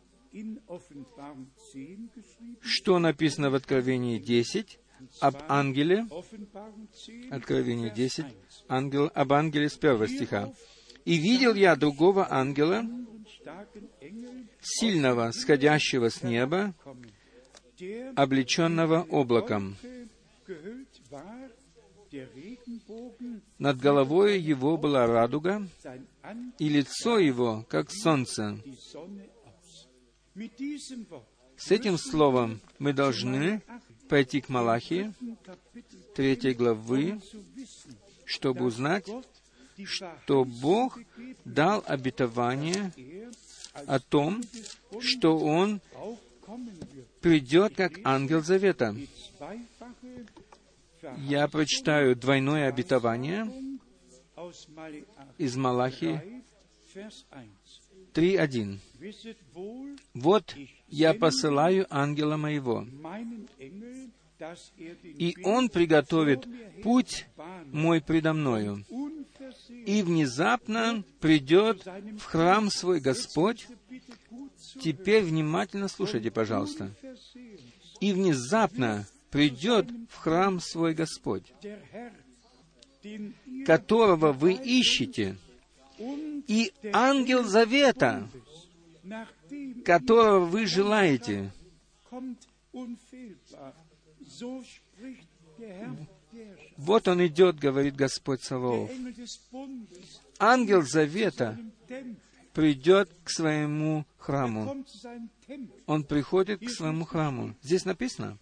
что написано в Откровении 10 об ангеле, Откровение 10, об ангеле с 1 стиха. «И видел я другого ангела, сильного, сходящего с неба, облеченного облаком. Над головой его была радуга, и лицо его, как солнце». С этим словом мы должны пойти к Малахии, 3 главы, чтобы узнать, что Бог дал обетование о том, что Он придет как ангел завета. Я прочитаю двойное обетование из Малахии 3:1. «Вот я посылаю ангела моего, и Он приготовит путь мой предо мною. И внезапно придет в храм свой Господь». Теперь внимательно слушайте, пожалуйста. «И внезапно придет в храм свой Господь, которого вы ищете, и ангел завета, которого вы желаете». Вот он идет, говорит Господь Саваоф. Ангел завета придет к своему храму. Он приходит к своему храму. Здесь написано.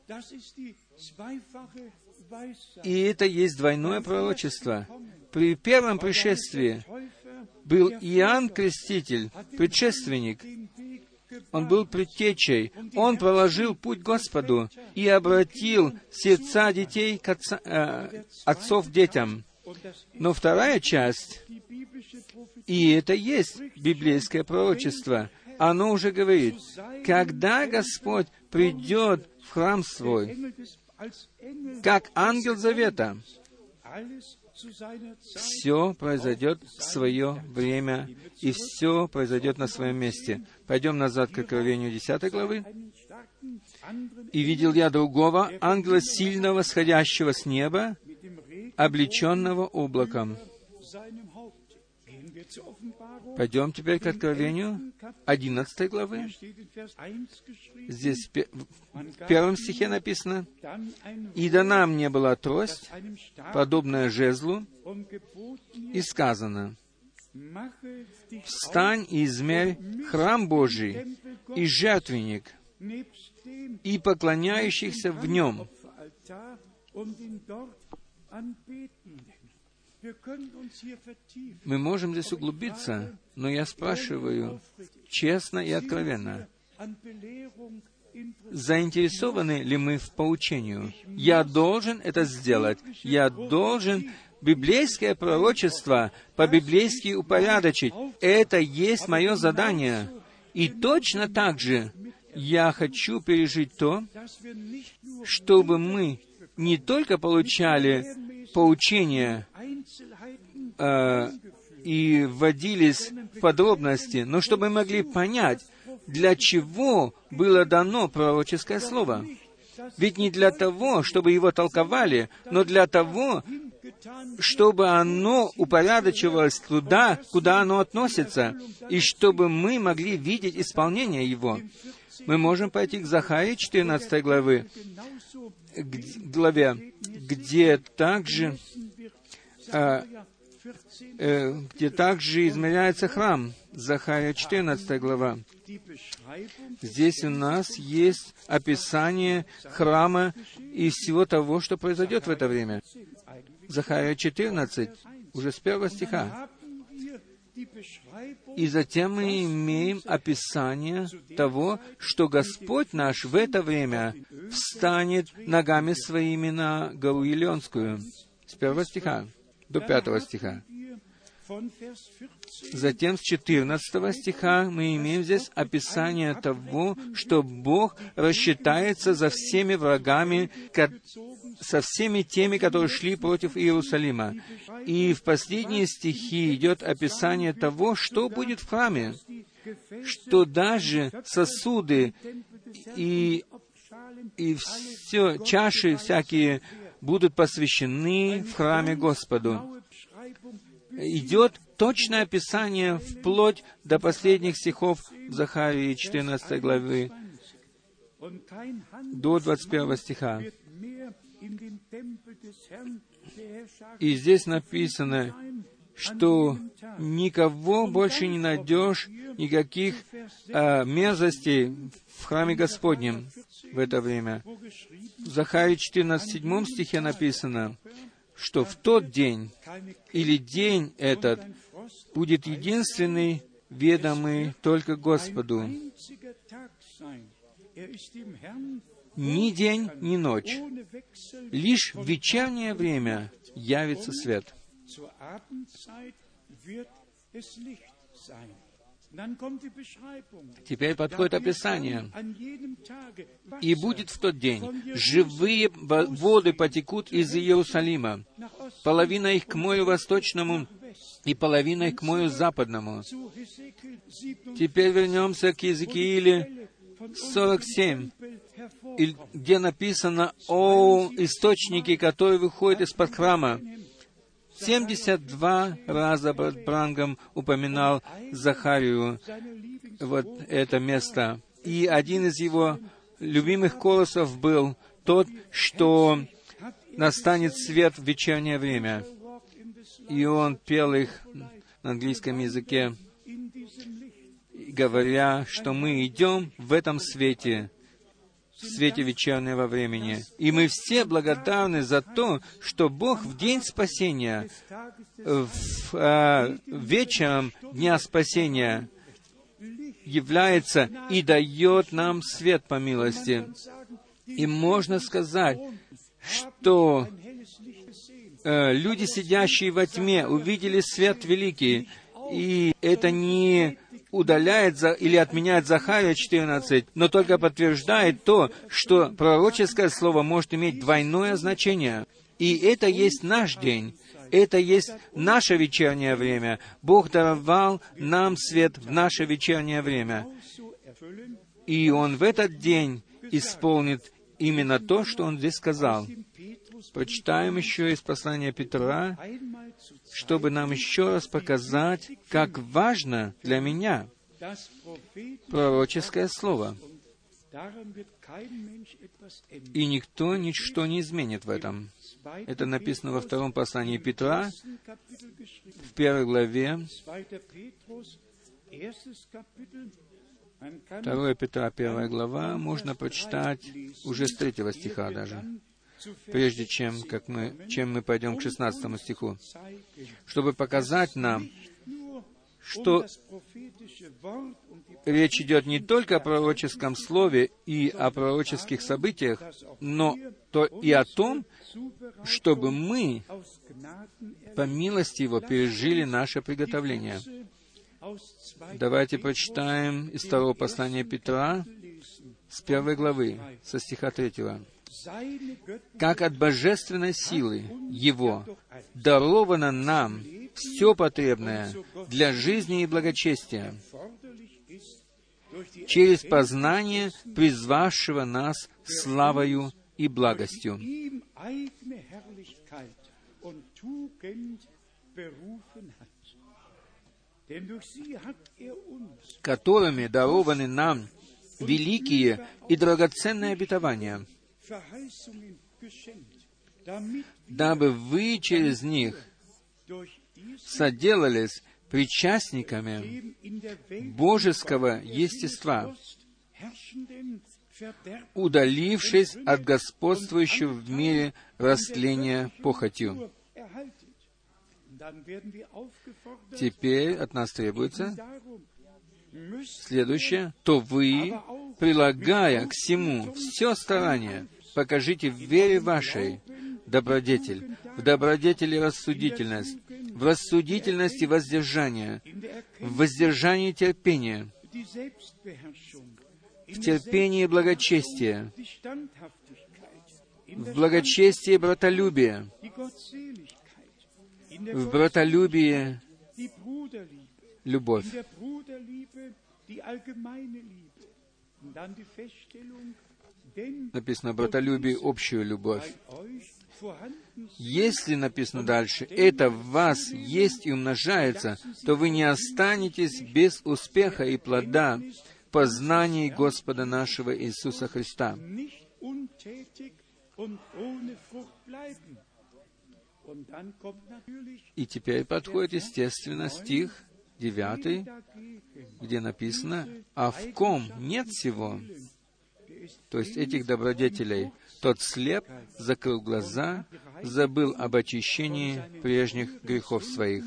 И это есть двойное пророчество. При первом пришествии был Иоанн Креститель, предшественник. Он был предтечей. Он проложил путь Господу и обратил сердца детей к отцов к детям. Но вторая часть, и это есть библейское пророчество, оно уже говорит, когда Господь придет в храм свой, как ангел завета, все произойдет в свое время, и все произойдет на своем месте. Пойдем назад к Откровению 10 главы. «И видел я другого ангела, сильного, сходящего с неба, облеченного облаком». Пойдем теперь к Откровению 11 главы. Здесь в первом стихе написано: «И дана мне была трость, подобная жезлу, и сказано: встань и измерь храм Божий и жертвенник, и поклоняющихся в нем». Мы можем здесь углубиться, но я спрашиваю честно и откровенно, заинтересованы ли мы в поучении? Я должен это сделать. Я должен библейское пророчество по-библейски упорядочить. Это есть мое задание. И точно так же я хочу пережить то, чтобы мы не только получали поучения и вводились в подробности, но чтобы мы могли понять, для чего было дано пророческое слово. Ведь не для того, чтобы его толковали, но для того, чтобы оно упорядочивалось туда, куда оно относится, и чтобы мы могли видеть исполнение его. Мы можем пойти к Захарии 14 главе, где также измеряется храм. Захария 14 глава. Здесь у нас есть описание храма и всего того, что произойдет в это время. Захария 14, уже с 1 стиха. И затем мы имеем описание того, что Господь наш в это время встанет ногами своими на гору Елеонскую. С 1 стиха до 5 стиха. Затем с 14 стиха мы имеем здесь описание того, что Бог рассчитается за всеми врагами, со всеми теми, которые шли против Иерусалима. И в последние стихи идет описание того, что будет в храме, что даже сосуды и все, чаши всякие будут посвящены в храме Господу. Идет точное описание вплоть до последних стихов Захарии 14 главы до 21 стиха. И здесь написано, что никого больше не найдешь, никаких мерзостей в храме Господнем в это время. В Захарии 14, 7 стихе написано, что в тот день или день этот будет единственный, ведомый только Господу. Ни день, ни ночь. Лишь в вечернее время явится свет. Теперь подходит описание. «И будет в тот день, живые воды потекут из Иерусалима, половина их к морю восточному и половина их к морю западному». Теперь вернемся к Иезекииле 47, где написано о источнике, который выходит из-под храма. 72 раза брат Брангам упоминал Захарию вот это место. И один из его любимых колосов был тот, что настанет свет в вечернее время. И он пел их на английском языке, говоря, что мы идем в этом свете, в свете вечернего времени. И мы все благодарны за то, что Бог в день спасения, вечером Дня спасения, является и дает нам свет по милости. И можно сказать, что люди, сидящие во тьме, увидели свет великий, и это не удаляет или отменяет Захария 14, но только подтверждает то, что пророческое слово может иметь двойное значение. И это есть наш день, это есть наше вечернее время. Бог даровал нам свет в наше вечернее время. И Он в этот день исполнит именно то, что Он здесь сказал. Прочитаем еще из послания Петра, чтобы нам еще раз показать, как важно для меня пророческое слово. И никто ничто не изменит в этом. Это написано во втором послании Петра, в 1 главе, 2 Петра, 1 глава, можно прочитать уже с 3 стиха даже, прежде чем мы пойдем к 16 стиху, чтобы показать нам, что речь идет не только о пророческом слове и о пророческих событиях, но и о том, чтобы мы, по милости Его, пережили наше приготовление. Давайте прочитаем из второго послания Петра, с 1 главы, со стиха 3. «Как от божественной силы Его даровано нам все потребное для жизни и благочестия, через познание призвавшего нас славою и благостью, которыми дарованы нам великие и драгоценные обетования, дабы вы через них соделались причастниками божеского естества, удалившись от господствующего в мире растления похотью». Теперь от нас требуется следующее: «То вы, прилагая к всему все старание, покажите в вере вашей добродетель, в добродетели рассудительность, в рассудительности воздержание, в воздержании терпение, в терпении благочестие, в благочестии братолюбие, в братолюбии любовь». Написано братолюбие, общую любовь. Если, написано дальше, это в вас есть и умножается, то вы не останетесь без успеха и плода в познании Господа нашего Иисуса Христа. И теперь подходит, естественно, стих 9, где написано: «А в ком нет всего, то есть этих добродетелей, тот слеп, закрыл глаза, забыл об очищении прежних грехов своих».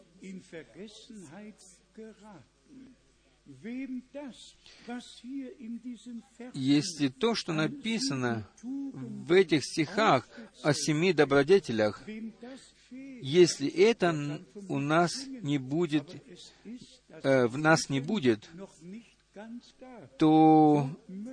Если то, что написано в этих стихах о 7 добродетелях, если это у нас не будет в нас не будет, то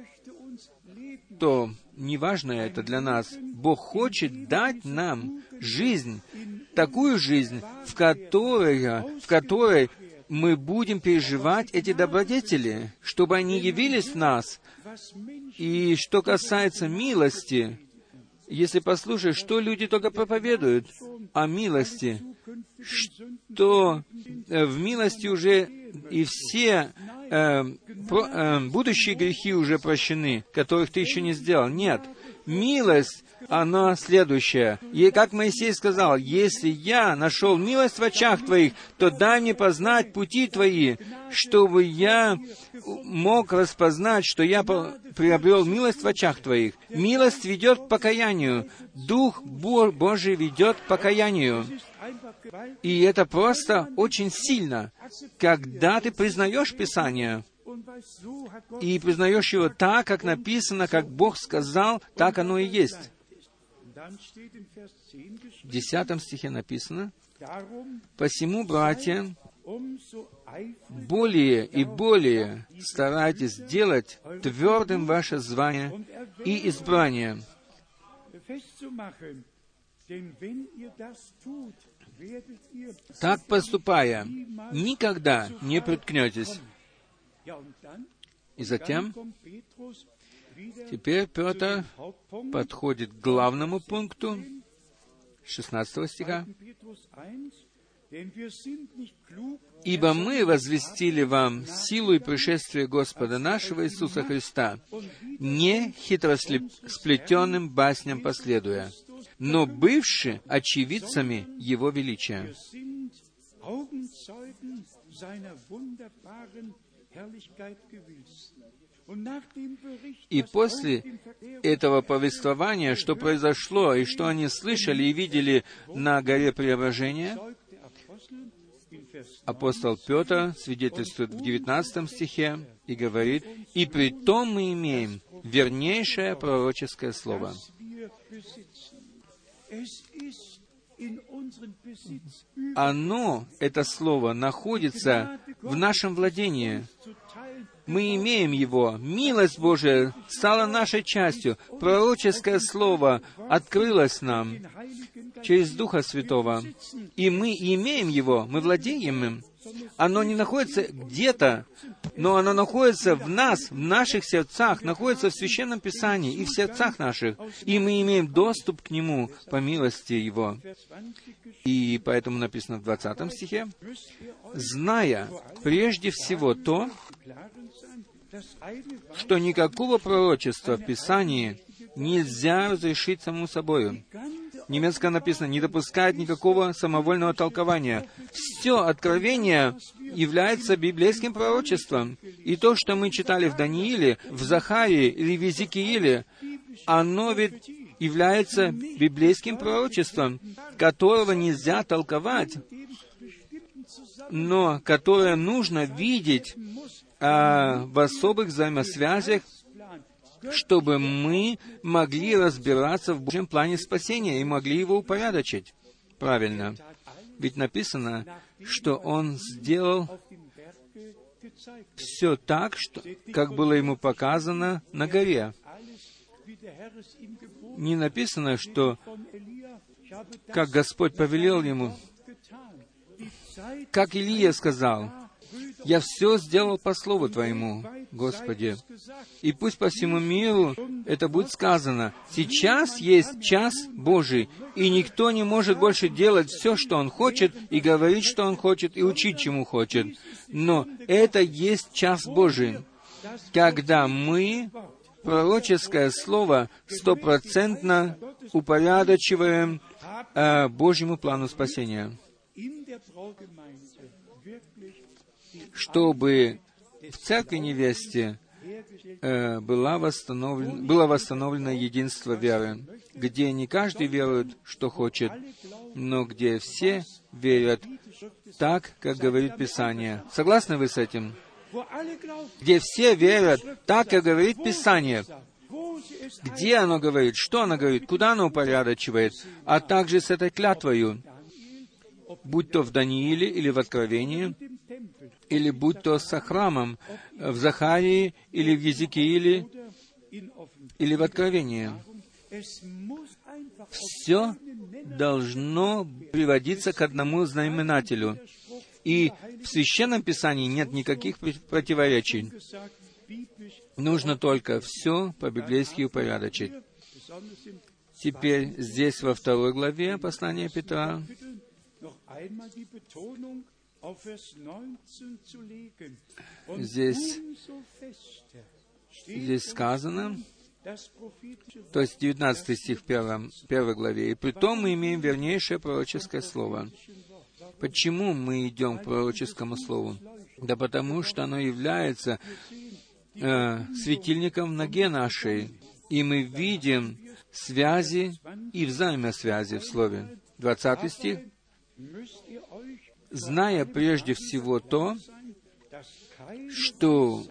неважно это для нас. Бог хочет дать нам жизнь, такую жизнь, в которой мы будем переживать эти добродетели, чтобы они явились в нас. И что касается милости, если послушать, что люди только проповедуют о милости, что в милости уже и все будущие грехи уже прощены, которых ты еще не сделал. Нет. Милость, она следующая. И как Моисей сказал, если я нашел милость в очах твоих, то дай мне познать пути твои, чтобы я мог распознать, что я приобрел милость в очах твоих. Милость ведет к покаянию. Дух Божий ведет к покаянию. И это просто очень сильно, когда ты признаешь Писание, и признаешь его так, как написано, как Бог сказал, так оно и есть. В 10 стихе написано: «Посему, братья, более и более старайтесь делать твердым ваше звание и избрание». Так поступая, никогда не приткнетесь. И затем, теперь Петр подходит к главному пункту 16 стиха. «Ибо мы возвестили вам силу и пришествие Господа нашего Иисуса Христа, не хитросплетенным басням последуя, но бывши очевидцами Его величия». И после этого повествования, что произошло, и что они слышали и видели на горе Преображения, апостол Петр свидетельствует в 19 стихе и говорит: «И при том мы имеем вернейшее пророческое слово». Оно, это слово, находится в нашем владении. Мы имеем его. Милость Божия стала нашей частью. Пророческое слово открылось нам через Духа Святого. И мы имеем его, мы владеем им. Оно не находится где-то, но оно находится в нас, в наших сердцах, находится в Священном Писании и в сердцах наших. И мы имеем доступ к нему по милости Его. И поэтому написано в 20 стихе: «Зная прежде всего то, что никакого пророчества в Писании нельзя разрешить самому собою». Немецко написано: «не допускает никакого самовольного толкования». Все откровение является библейским пророчеством. И то, что мы читали в Данииле, в Захарии или в Иезекииле, оно ведь является библейским пророчеством, которого нельзя толковать, но которое нужно видеть в особых взаимосвязях, чтобы мы могли разбираться в Божьем плане спасения и могли его упорядочить правильно. Ведь написано, что Он сделал все так, как было Ему показано на горе. Не написано, что как Господь повелел Ему, как Илия сказал: «Я все сделал по слову Твоему, Господи». И пусть по всему миру это будет сказано: сейчас есть час Божий, и никто не может больше делать все, что он хочет, и говорить, что он хочет, и учить, чему хочет. Но это есть час Божий, когда мы пророческое слово 100% упорядочиваем Божьему плану спасения, чтобы в церкви невесте было восстановлено единство веры, где не каждый верует, что хочет, но где все верят так, как говорит Писание. Согласны вы с этим? Где все верят так, как говорит Писание. Где оно говорит, что оно говорит, куда оно упорядочивает, а также с этой клятвою. будь то в Данииле или в Откровении, или будь то со храмом в Захарии, или в Езекииле, или в Откровении. Все должно приводиться к одному знаменателю. И в Священном Писании нет никаких противоречий. Нужно только все по-библейски упорядочить. Теперь здесь во 2 главе послания Петра здесь сказано, то есть 19 стих в 1 главе, «И притом мы имеем вернейшее пророческое слово». Почему мы идем к пророческому слову? Да потому что оно является светильником в ноге нашей, и мы видим связи и взаимосвязи в слове. 20 стих. «Зная прежде всего то, что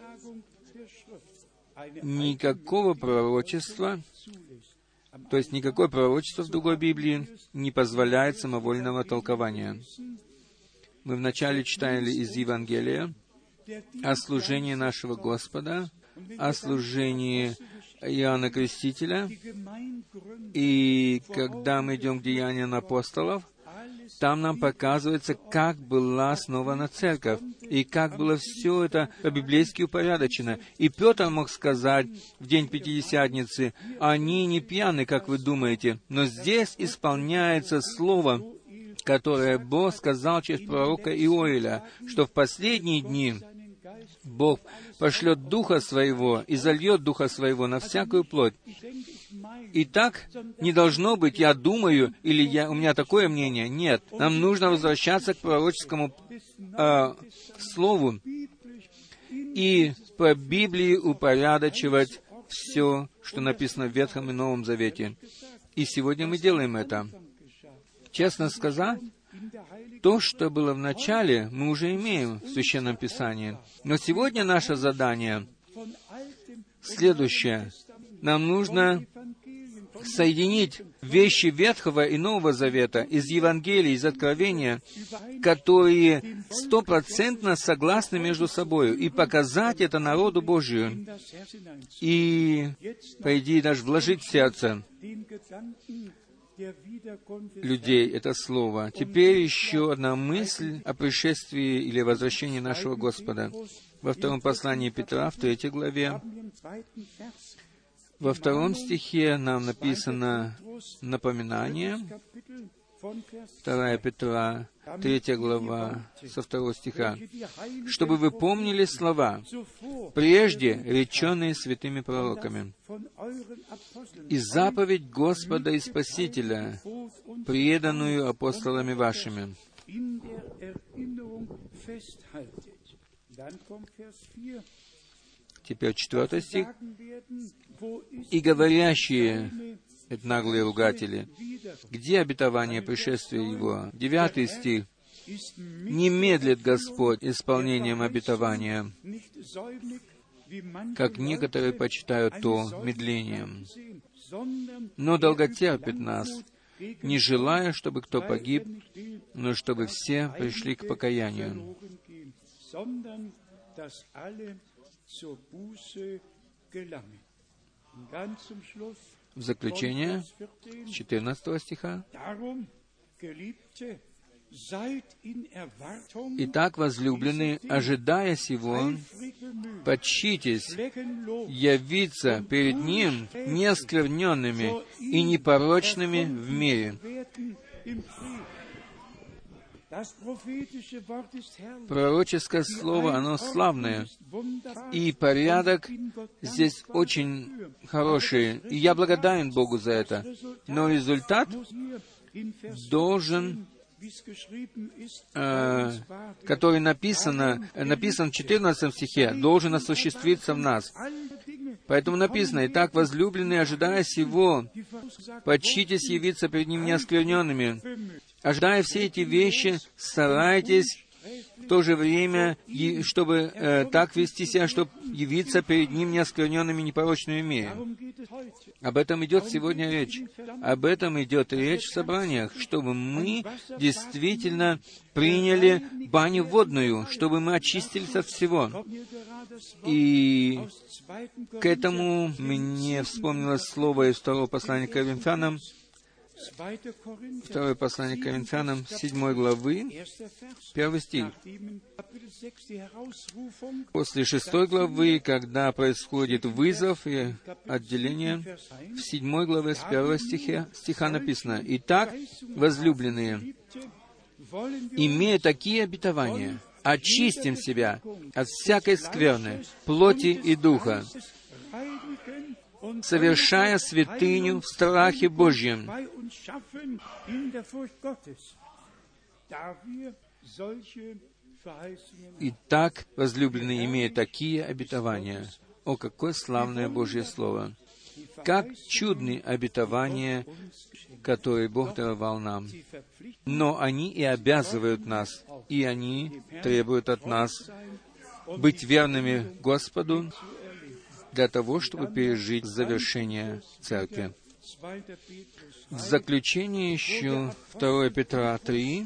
никакого пророчества, то есть никакое пророчество в другой Библии не позволяет самовольного толкования». Мы вначале читали из Евангелия о служении нашего Господа, о служении Иоанна Крестителя, и когда мы идем к Деяниям апостолов, там нам показывается, как была основана церковь, и как было все это по-библейски упорядочено. И Петр мог сказать в день Пятидесятницы: «Они не пьяны, как вы думаете». Но здесь исполняется слово, которое Бог сказал через пророка Иоиля, что в последние дни Бог пошлет Духа Своего и зальет Духа Своего на всякую плоть. И так не должно быть, я думаю, или у меня такое мнение. Нет, нам нужно возвращаться к пророческому слову и по Библии упорядочивать все, что написано в Ветхом и Новом Завете. И сегодня мы делаем это. Честно сказать, то, что было в начале, мы уже имеем в Священном Писании. Но сегодня наше задание следующее. Нам нужно соединить вещи Ветхого и Нового Завета из Евангелия, из Откровения, которые 100% согласны между собой, и показать это народу Божию, и, по идее, даже вложить в сердце людей это слово. Теперь еще одна мысль о пришествии или возвращении нашего Господа. Во 2 послании Петра, в 3 главе, во 2 стихе нам написано напоминание. 2 Петра, 3 глава, со 2 стиха. «Чтобы вы помнили слова, прежде реченные святыми пророками, и заповедь Господа и Спасителя, преданную апостолами вашими». Теперь 4 стих. «И говорящие, это наглые ругатели, где обетование пришествия Его?» 9 стих. «Не медлит Господь исполнением обетования, как некоторые почитают то медлением, но долготерпит нас, не желая, чтобы кто погиб, но чтобы все пришли к покаянию». В заключение, 14 стиха. «Итак, возлюбленные, ожидая сего, почитесь явиться перед Ним неоскверненными и непорочными в мире». Пророческое слово, оно славное, и порядок здесь очень хороший, и я благодарен Богу за это. Но результат должен, который написан в 14 стихе, должен осуществиться в нас. Поэтому написано: «Итак, возлюбленные, ожидая сего, почитесь явиться перед Ним неоскверненными». Ожидая все эти вещи, старайтесь то же время, чтобы так вести себя, чтобы явиться перед Ним неоскверненными, непорочными имея. Об этом идет сегодня речь. Об этом идет речь в собраниях, чтобы мы действительно приняли баню водную, чтобы мы очистились от всего. И к этому мне вспомнилось слово из второго послания к Коринфянам, второе послание к Коринфянам, 7 главы, 1 стих. После 6 главы, когда происходит вызов и отделение, в 7 главе с 1 стиха написано: «Итак, возлюбленные, имея такие обетования, очистим себя от всякой скверны, плоти и духа, совершая святыню в страхе Божьем». Итак, возлюбленные, имея такие обетования. О, какое славное Божье Слово! Как чудны обетования, которые Бог даровал нам. Но они и обязывают нас, и они требуют от нас быть верными Господу для того, чтобы пережить завершение Церкви. В заключение еще 2 Петра 3,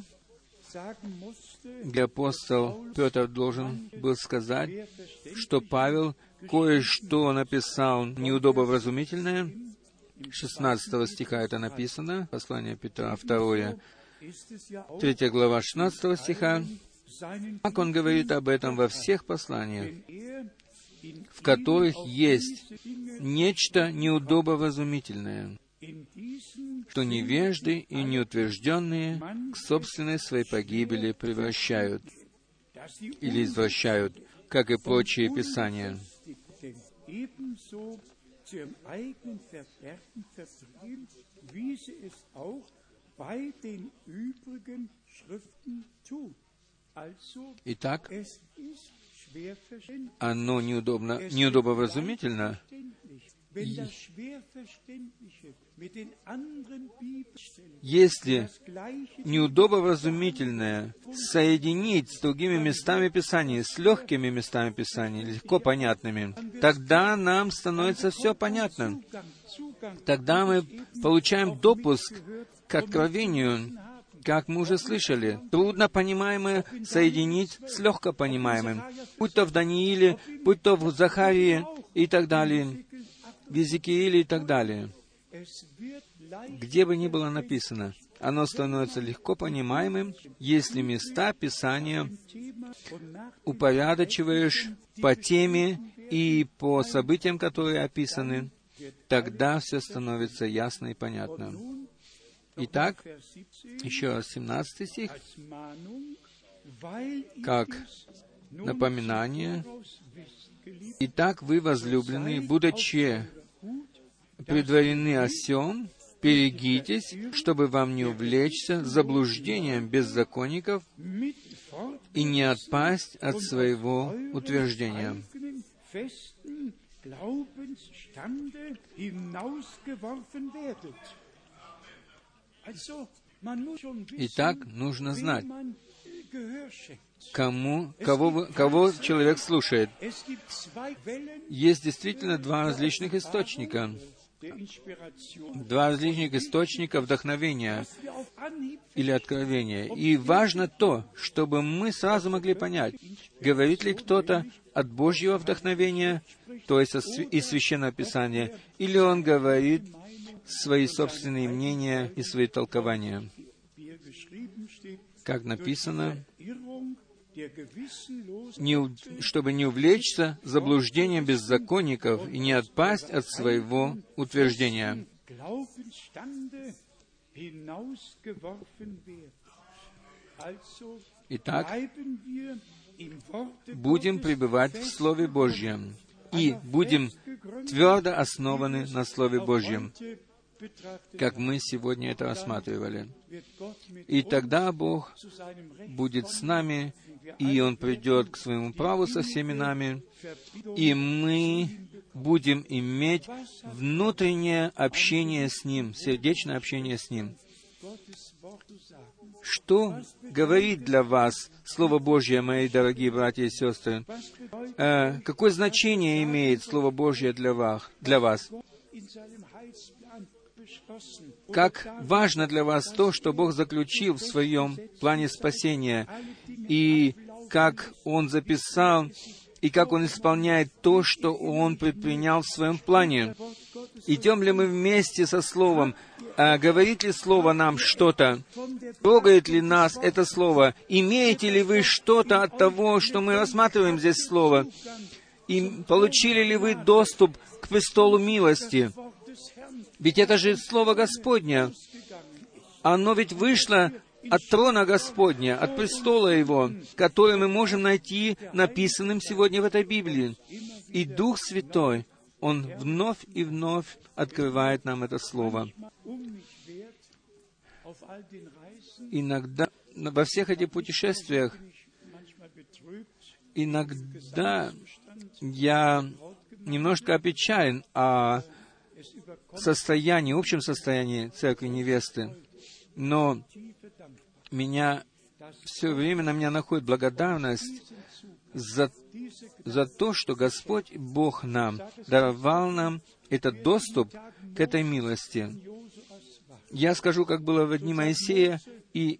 где апостол Петр должен был сказать, что Павел кое-что написал неудобовразумительное. 16 стиха это написано, послание Петра 2, 3 глава 16 стиха. Как он говорит об этом во всех посланиях, в которых есть нечто неудобовразумительное, что невежды и неутвержденные к собственной своей погибели превращают или извращают, как и прочие Писания. Итак, оно неудобовразумительно, если неудобовразумительное соединить с другими местами Писания, с легкими местами Писания, легко понятными, тогда нам становится все понятно. Тогда мы получаем допуск к откровению, как мы уже слышали. Трудно понимаемое соединить с легко понимаемым, будь то в Данииле, будь то в Захарии и так далее, в Иезекииле и так далее. Где бы ни было написано, оно становится легко понимаемым, если места Писания упорядочиваешь по теме и по событиям, которые описаны, тогда все становится ясно и понятно. Итак, еще раз 17 стих, как напоминание. «Итак, вы, возлюбленные, будучи предварены о сем, берегитесь, чтобы вам не увлечься заблуждением беззаконников и не отпасть от своего утверждения». Итак, нужно знать, кого человек слушает. Есть действительно два различных источника вдохновения или откровения. И важно то, чтобы мы сразу могли понять, говорит ли кто-то от Божьего вдохновения, то есть из Священного Писания, или он говорит свои собственные мнения и свои толкования. Как написано, чтобы не увлечься заблуждением беззаконников и не отпасть от своего утверждения. Итак, будем пребывать в Слове Божьем и будем твердо основаны на Слове Божьем, как мы сегодня это рассматривали. И тогда Бог будет с нами, и Он придет к своему праву со всеми нами, и мы будем иметь внутреннее общение с Ним, сердечное общение с Ним. Что говорит для вас Слово Божье, мои дорогие братья и сестры? Какое значение имеет Слово Божье для вас? Как важно для вас то, что Бог заключил в Своем плане спасения, и как Он записал, и как Он исполняет то, что Он предпринял в Своем плане. Идем ли мы вместе со Словом? Говорит ли Слово нам что-то? Трогает ли нас это Слово? Имеете ли вы что-то от того, что мы рассматриваем здесь Слово? И получили ли вы доступ к престолу милости? Ведь это же Слово Господне. Оно ведь вышло от трона Господня, от престола Его, который мы можем найти написанным сегодня в этой Библии. И Дух Святой, Он вновь и вновь открывает нам это Слово. Иногда во всех этих путешествиях, иногда я немножко опечален о состоянии, общем состоянии Церкви Невесты, но меня все время на меня находит благодарность за то, что Господь Бог нам даровал нам этот доступ к этой милости. Я скажу, как было в дни Моисея и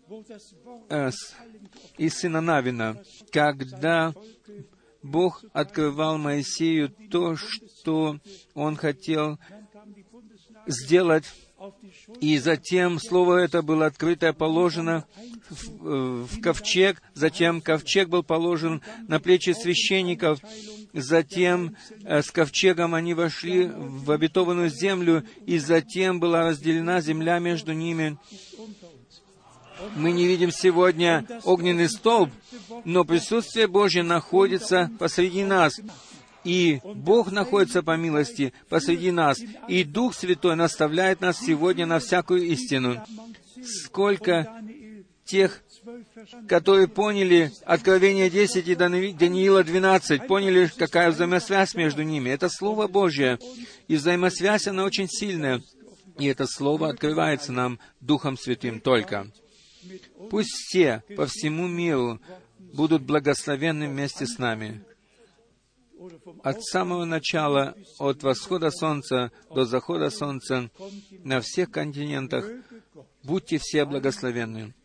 сына Навина, когда Бог открывал Моисею то, что он хотел сделать, и затем Слово это было открыто, положено в ковчег, затем ковчег был положен на плечи священников, затем с ковчегом они вошли в обетованную землю, и затем была разделена земля между ними. Мы не видим сегодня огненный столб, но присутствие Божье находится посреди нас. И Бог находится по милости посреди нас. И Дух Святой наставляет нас сегодня на всякую истину. Сколько тех, которые поняли Откровение 10 и Даниила 12, поняли, какая взаимосвязь между ними. Это Слово Божье. И взаимосвязь, она очень сильная. И это Слово открывается нам Духом Святым только. Пусть все по всему миру будут благословенны вместе с нами. От самого начала, от восхода солнца до захода солнца, на всех континентах, будьте все благословенны.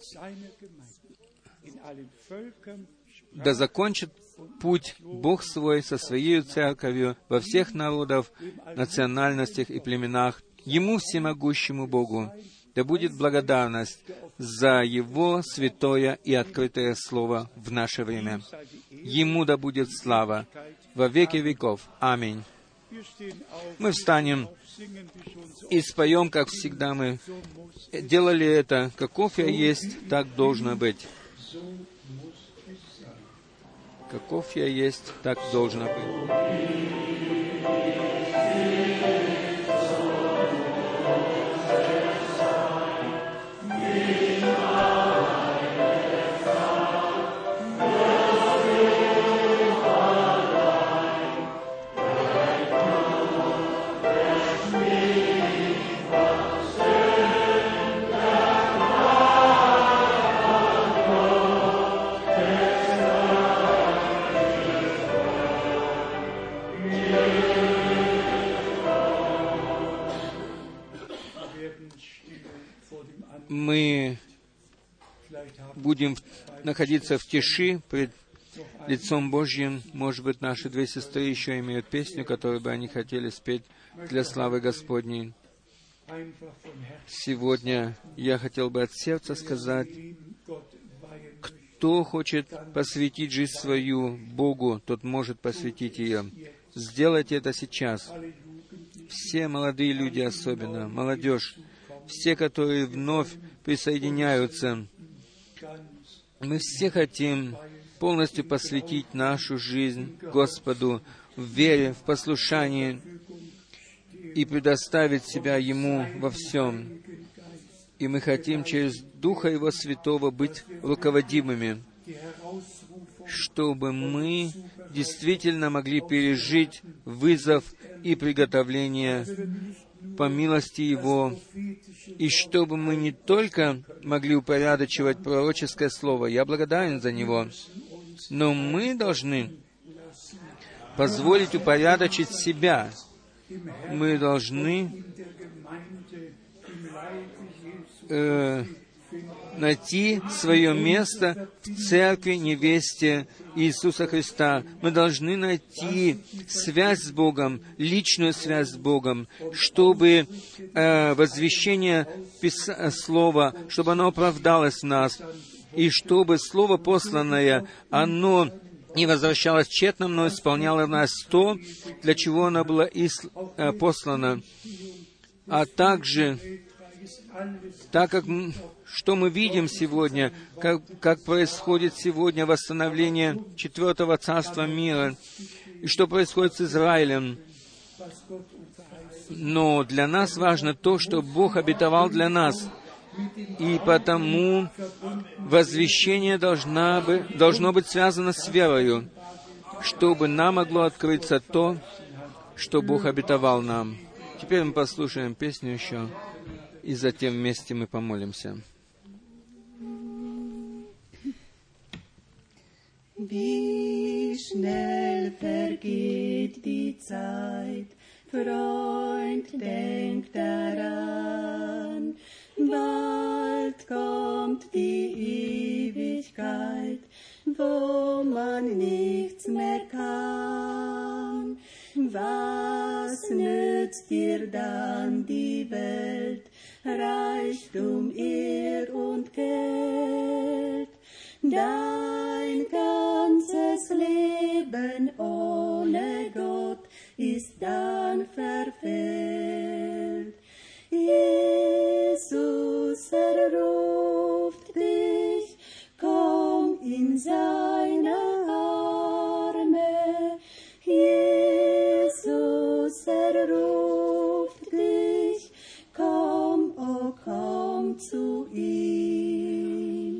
Да закончит путь Бог свой со Своей Церковью во всех народах, национальностях и племенах. Ему, всемогущему Богу, да будет благодарность за Его святое и открытое Слово в наше время. Ему да будет слава во веки веков. Аминь. Мы встанем и споем, как всегда мы делали это. Каков я есть, так должно быть. Каков я есть, так должно быть. Мы будем находиться в тиши пред лицом Божьим. Может быть, наши две сестры еще имеют песню, которую бы они хотели спеть для славы Господней. Сегодня я хотел бы от сердца сказать, кто хочет посвятить жизнь свою Богу, тот может посвятить ее. Сделайте это сейчас. Все молодые люди особенно, молодежь, все, которые вновь присоединяются, мы все хотим полностью посвятить нашу жизнь Господу в вере, в послушании и предоставить себя Ему во всем. И мы хотим через Духа Его Святого быть руководимыми, чтобы мы действительно могли пережить вызов и приготовление по милости Его, и чтобы мы не только могли упорядочивать пророческое слово, я благодарен за него, но мы должны позволить упорядочить себя. Мы должны найти свое место в церкви невесте Иисуса Христа. Мы должны найти связь с Богом, личную связь с Богом, чтобы возвещение Слова, чтобы оно оправдалось в нас, и чтобы Слово посланное, оно не возвращалось тщетно, но исполняло в нас то, для чего оно было послано. А также, так как что мы видим сегодня, как происходит сегодня восстановление Четвертого Царства мира, и что происходит с Израилем. Но для нас важно то, что Бог обетовал для нас, и потому возвещение должно быть связано с верою, чтобы нам могло открыться то, что Бог обетовал нам. Теперь мы послушаем песню еще, и затем вместе мы помолимся. Wie schnell vergeht die Zeit, Freund, denk daran, bald kommt die Ewigkeit, wo man nichts mehr kann. Was nützt dir dann die Welt, Reichtum, Ehr und Geld? Dein ganzes Leben ohne Gott ist dann verfehlt. Jesus ruft dich, komm in seine Arme. Jesus ruft dich, komm, oh komm zu ihm.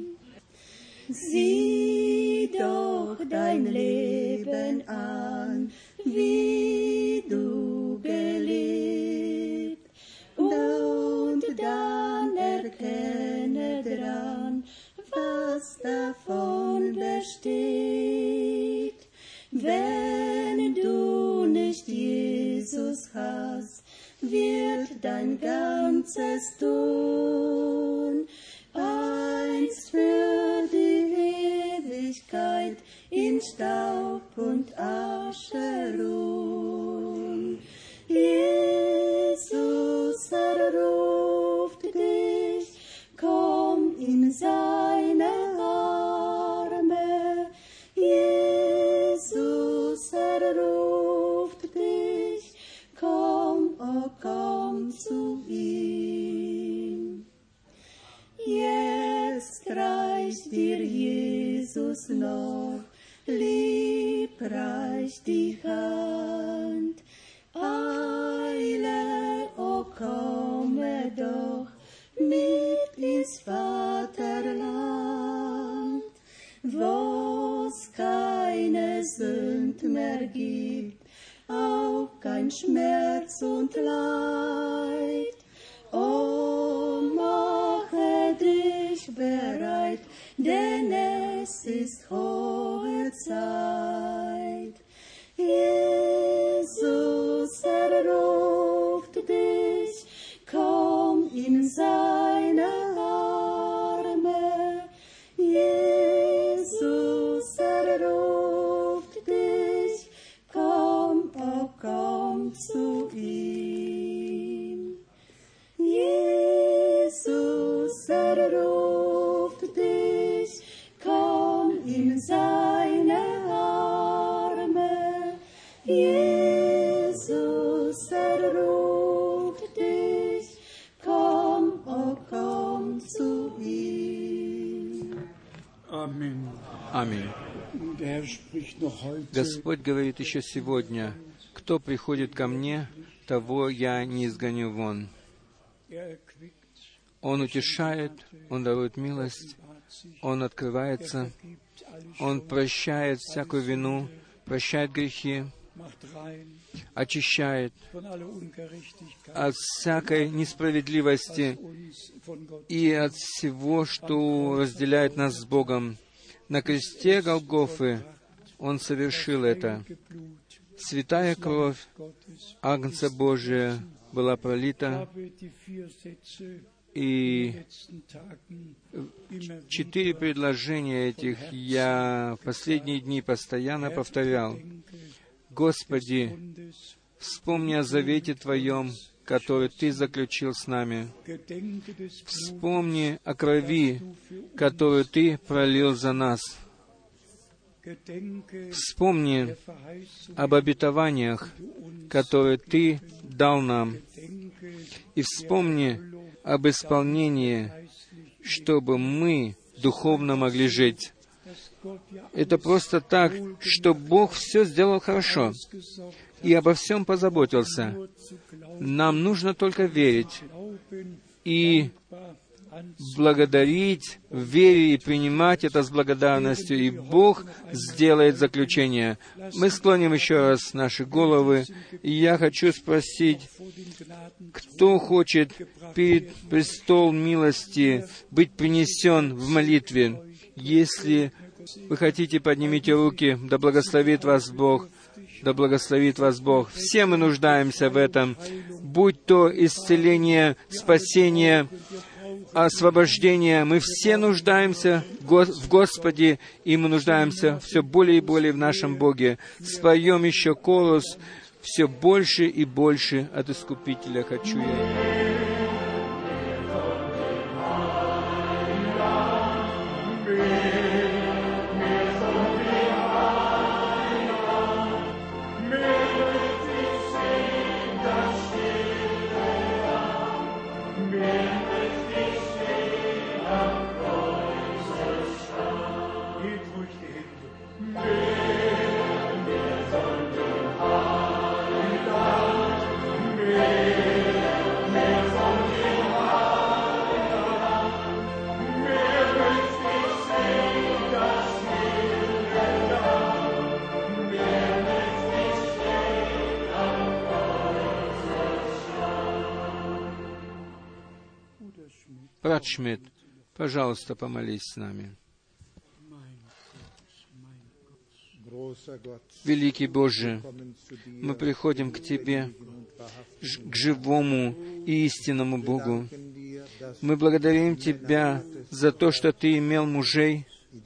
Sieh doch dein Leben an, wie du gelebt, und dann erkenne dran, was davon besteht. Wenn du nicht Jesus hast, wird dein ganzes Tun einst für die Ewigkeit in Staub und Asche ruhen. Jesus ruft dich, komm in seine Arme. Jesus ruft dich, komm, oh komm zu ihm. Jetzt reicht dir Jesus noch liebreich die Hand. Eile, oh komme doch mit ins Vaterland, wo's keine Sünd mehr gibt, auch kein Schmerz und Leid. Oh, mache dich bereit, denn es ist hohe Zeit. Jesus ruft dich, komm in seine Arme. Jesus ruft dich, komm, oh komm zu ihm. Jesus ruft dich, komm in seine Arme. Jesus ruft dich, komm, oh komm zu ihm. Amen. Аминь. Der Herr spricht noch heute. Господь говорит еще сегодня: «Кто приходит ко мне, того я не изгоню вон». Он утешает, Он дарует милость, Он открывается, Он прощает всякую вину, прощает грехи, очищает von aller Ungerechtigkeit, от всякой несправедливости uns von Gott и от всего, что разделяет нас с Богом. На кресте Голгофы Он совершил это. Blut Святая кровь Gottes. Агнца Божия была пролита, Habe die 4 Sätze и in den letzten Tagen immer 4 предложения этих я в последние дни постоянно повторял. denke, Господи, Bundes, вспомни о завете Твоем, который Ты заключил с нами. gedenke des Blutes, Вспомни о крови, которую Ты пролил за нас. gedenke Вспомни der Verheißung, об обетованиях, которые Ты дал нам. gedenke И вспомни об исполнении, чтобы мы духовно могли жить. dass Gott ja Это просто так, что Бог все сделал хорошо ausgesorgt и обо всем позаботился. nur zu glauben, Нам нужно только верить и dankbar an благодарить в вере и принимать это с благодарностью, и Бог сделает заключение. Мы склоним еще раз наши головы, и я хочу спросить, vor den Gnaden кто хочет перед престол милости быть принесен в молитве. Если вы хотите, поднимите руки, да благословит вас Бог, да благословит вас Бог. Все мы нуждаемся в этом, будь то исцеление, спасение, освобождение. Мы все нуждаемся в Господе, и мы нуждаемся все более и более в нашем Боге. Споем еще колос «Все больше и больше от Искупителя хочу я». geht ruhig die Hände. Брат Шмидт, пожалуйста, помолись с нами. Великий Боже, мы приходим к Тебе, к живому и истинному Богу. Мы благодарим Тебя за то, что Ты имел мужей,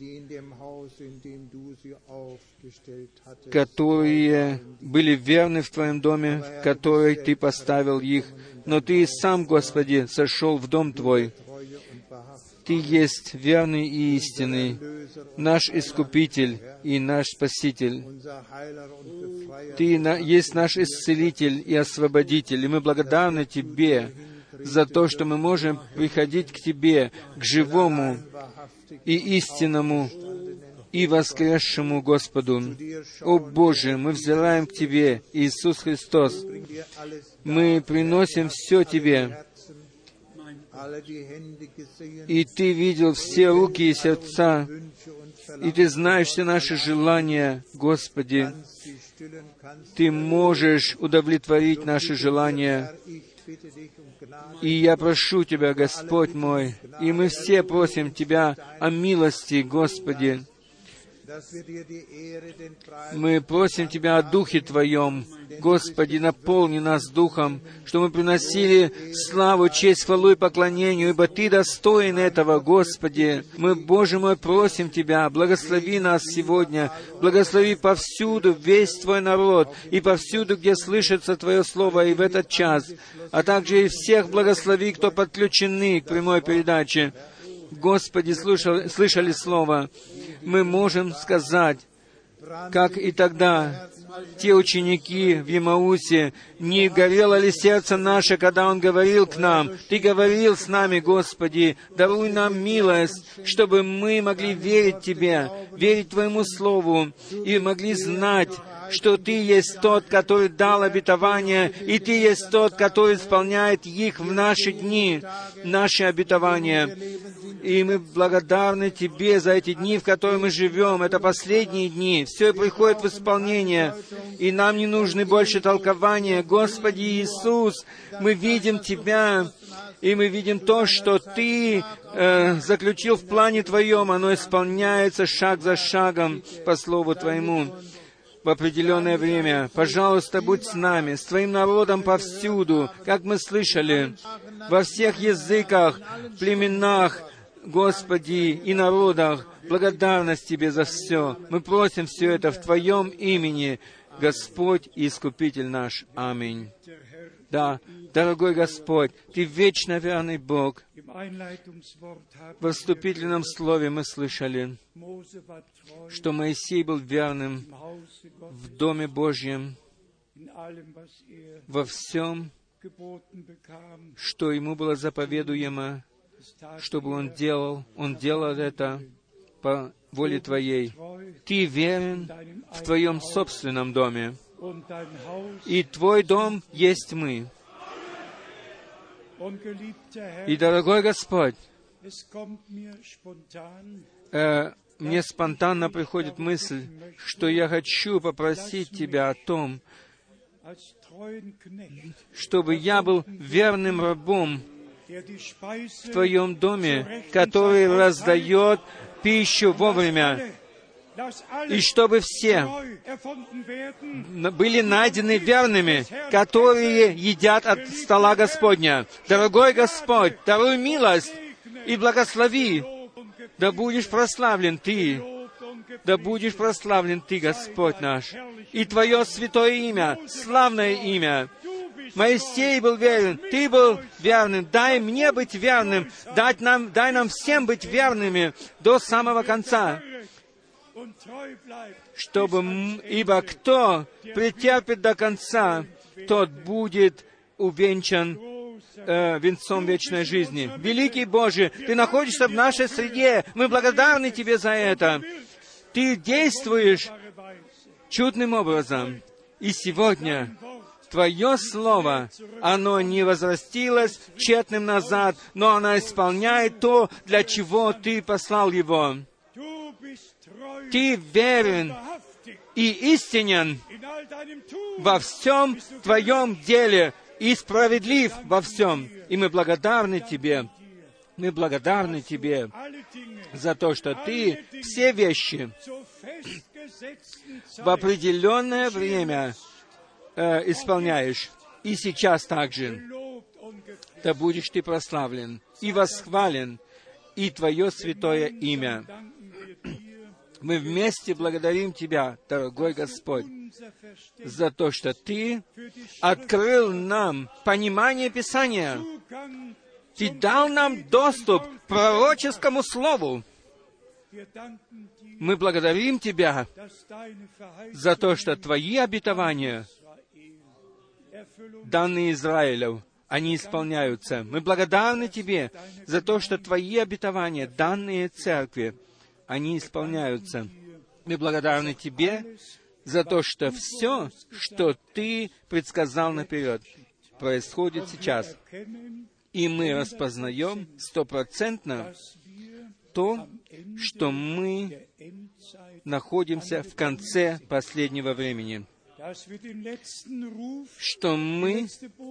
которые были верны в Твоем доме, в который Ты поставил их. Но Ты и сам, Господи, сошел в дом Твой. Ты есть верный и истинный, наш Искупитель и наш Спаситель. Ты есть наш Исцелитель и Освободитель, и мы благодарны Тебе за то, что мы можем приходить к Тебе, к живому и истинному и воскресшему Господу. О Боже, мы взираем к Тебе, Иисус Христос. Мы приносим все Тебе. И Ты видел все руки и сердца, и Ты знаешь все наши желания, Господи. Ты можешь удовлетворить наши желания. И я прошу Тебя, Господь мой, и мы все просим Тебя о милости, Господи. Мы просим Тебя о Духе Твоем. Господи, наполни нас Духом, что мы приносили славу, честь, хвалу и поклонению, ибо Ты достоин этого, Господи. Мы, Боже мой, просим Тебя, благослови нас сегодня, благослови повсюду весь Твой народ, и повсюду, где слышится Твое Слово, и в этот час, а также и всех благослови, кто подключены к прямой передаче. Господи, слышали Слово, мы можем сказать, как и тогда те ученики в Емаусе, не горело ли сердце наше, когда Он говорил к нам? Ты говорил с нами, Господи, даруй нам милость, чтобы мы могли верить Тебе, верить Твоему Слову, и могли знать, что Ты есть Тот, который дал обетование, и Ты есть Тот, который исполняет их в наши дни, наши обетования. И мы благодарны Тебе за эти дни, в которые мы живем. Это последние дни. Все приходит в исполнение. И нам не нужны больше толкования. Господи Иисус, мы видим Тебя, и мы видим то, что Ты заключил в плане Твоем. Оно исполняется шаг за шагом по Слову Твоему в определенное время. Пожалуйста, будь с нами, с Твоим народом повсюду, как мы слышали, во всех языках, племенах, Господи, и народах. Благодарность Тебе за все. Мы просим все это в Твоем имени, Господь и Искупитель наш. Аминь. Да, дорогой Господь, Ты вечно верный Бог. В вступительном слове мы слышали, что Моисей был верным в Доме Божьем, во всем, что ему было заповедуемо, чтобы он делал это по воле Твоей. Ты верен в Твоем собственном доме, и Твой дом есть мы. И, дорогой Господь, мне спонтанно приходит мысль, что я хочу попросить Тебя о том, чтобы я был верным рабом в Твоем доме, который раздает пищу вовремя, и чтобы все были найдены верными, которые едят от стола Господня. Дорогой Господь, даруй милость и благослови. Да будешь прославлен Ты, да будешь прославлен Ты, Господь наш, и Твое святое имя, славное имя. Моисей был верен, Ты был верным. Дай мне быть верным, дай нам всем быть верными до самого конца, ибо кто претерпит до конца, тот будет увенчан венцом вечной жизни. Великий Боже, Ты находишься в нашей среде. Мы благодарны Тебе за это. Ты действуешь чудным образом. И сегодня Твое Слово, оно не возвратилось тщетным назад, но оно исполняет то, для чего Ты послал его. Ты верен и истинен во всем Твоем деле, и справедлив во всем. И мы благодарны Тебе. Мы благодарны Тебе за то, что Ты все вещи в определенное время исполняешь. И сейчас также. Да будешь Ты прославлен и восхвален, и Твое святое имя. Мы вместе благодарим Тебя, дорогой Господь, за то, что Ты открыл нам понимание Писания. Ты дал нам доступ к пророческому слову. Мы благодарим Тебя за то, что Твои обетования, данные Израилю, они исполняются. Мы благодарны Тебе за то, что Твои обетования, данные Церкви, они исполняются. Мы благодарны Тебе за то, что все, что Ты предсказал наперед, происходит сейчас. И мы распознаем 100% то, что мы находимся в конце последнего времени, что мы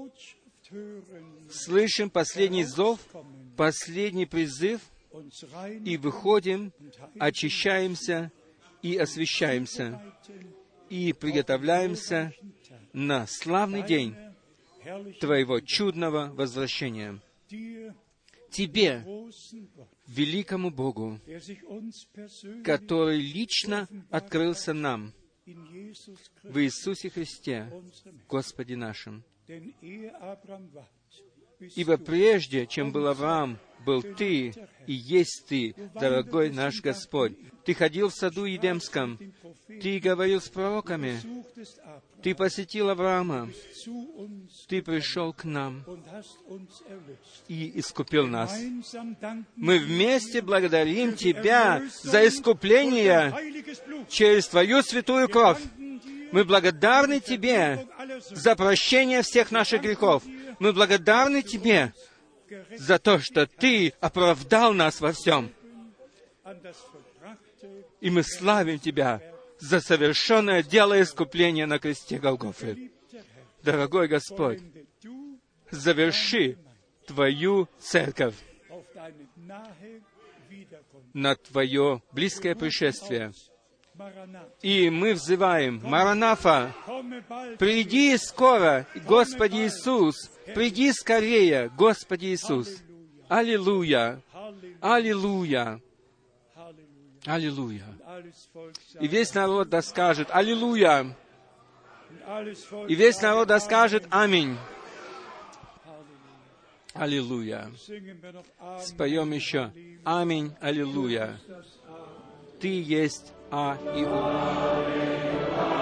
слышим последний зов, последний призыв, и выходим, очищаемся и освящаемся, и приготовляемся на славный день Твоего чудного возвращения. Тебе, великому Богу, который лично открылся нам в Иисусе Христе, Господе нашим. Ибо прежде, чем был Авраам, был Ты и есть Ты, дорогой наш Господь. Ты ходил в саду Едемском, Ты говорил с пророками, Ты посетил Авраама, Ты пришел к нам и искупил нас. Мы вместе благодарим Тебя за искупление через Твою святую кровь. Мы благодарны Тебе за прощение всех наших грехов. Мы благодарны Тебе за то, что Ты оправдал нас во всем. И мы славим Тебя за совершенное дело искупления на кресте Голгофы. Дорогой Господь, заверши Твою церковь на Твое близкое пришествие. И мы взываем: Маранафа, приди скоро, Господи Иисус, приди скорее, Господи Иисус. Аллилуйя! Аллилуйя! Аллилуйя! И весь народ да скажет: Аллилуйя! И весь народ да скажет: Аминь! Аллилуйя! Споем еще: Аминь, Аллилуйя! Ты есть А и У.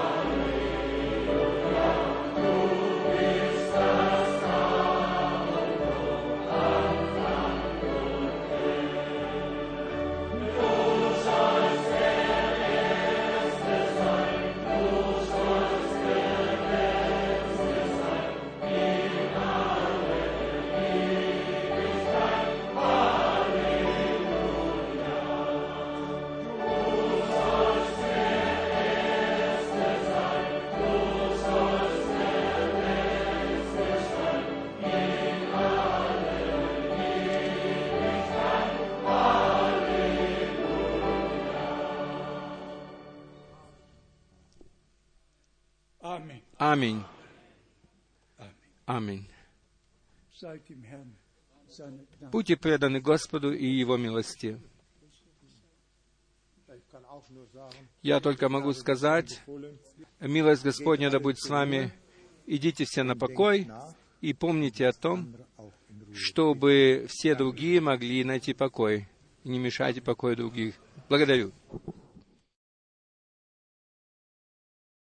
Аминь. Аминь. Будьте преданы Господу и Его милости. Я только могу сказать: милость Господня да будет с вами. Идите все на покой и помните о том, чтобы все другие могли найти покой. Не мешайте покою других. Благодарю.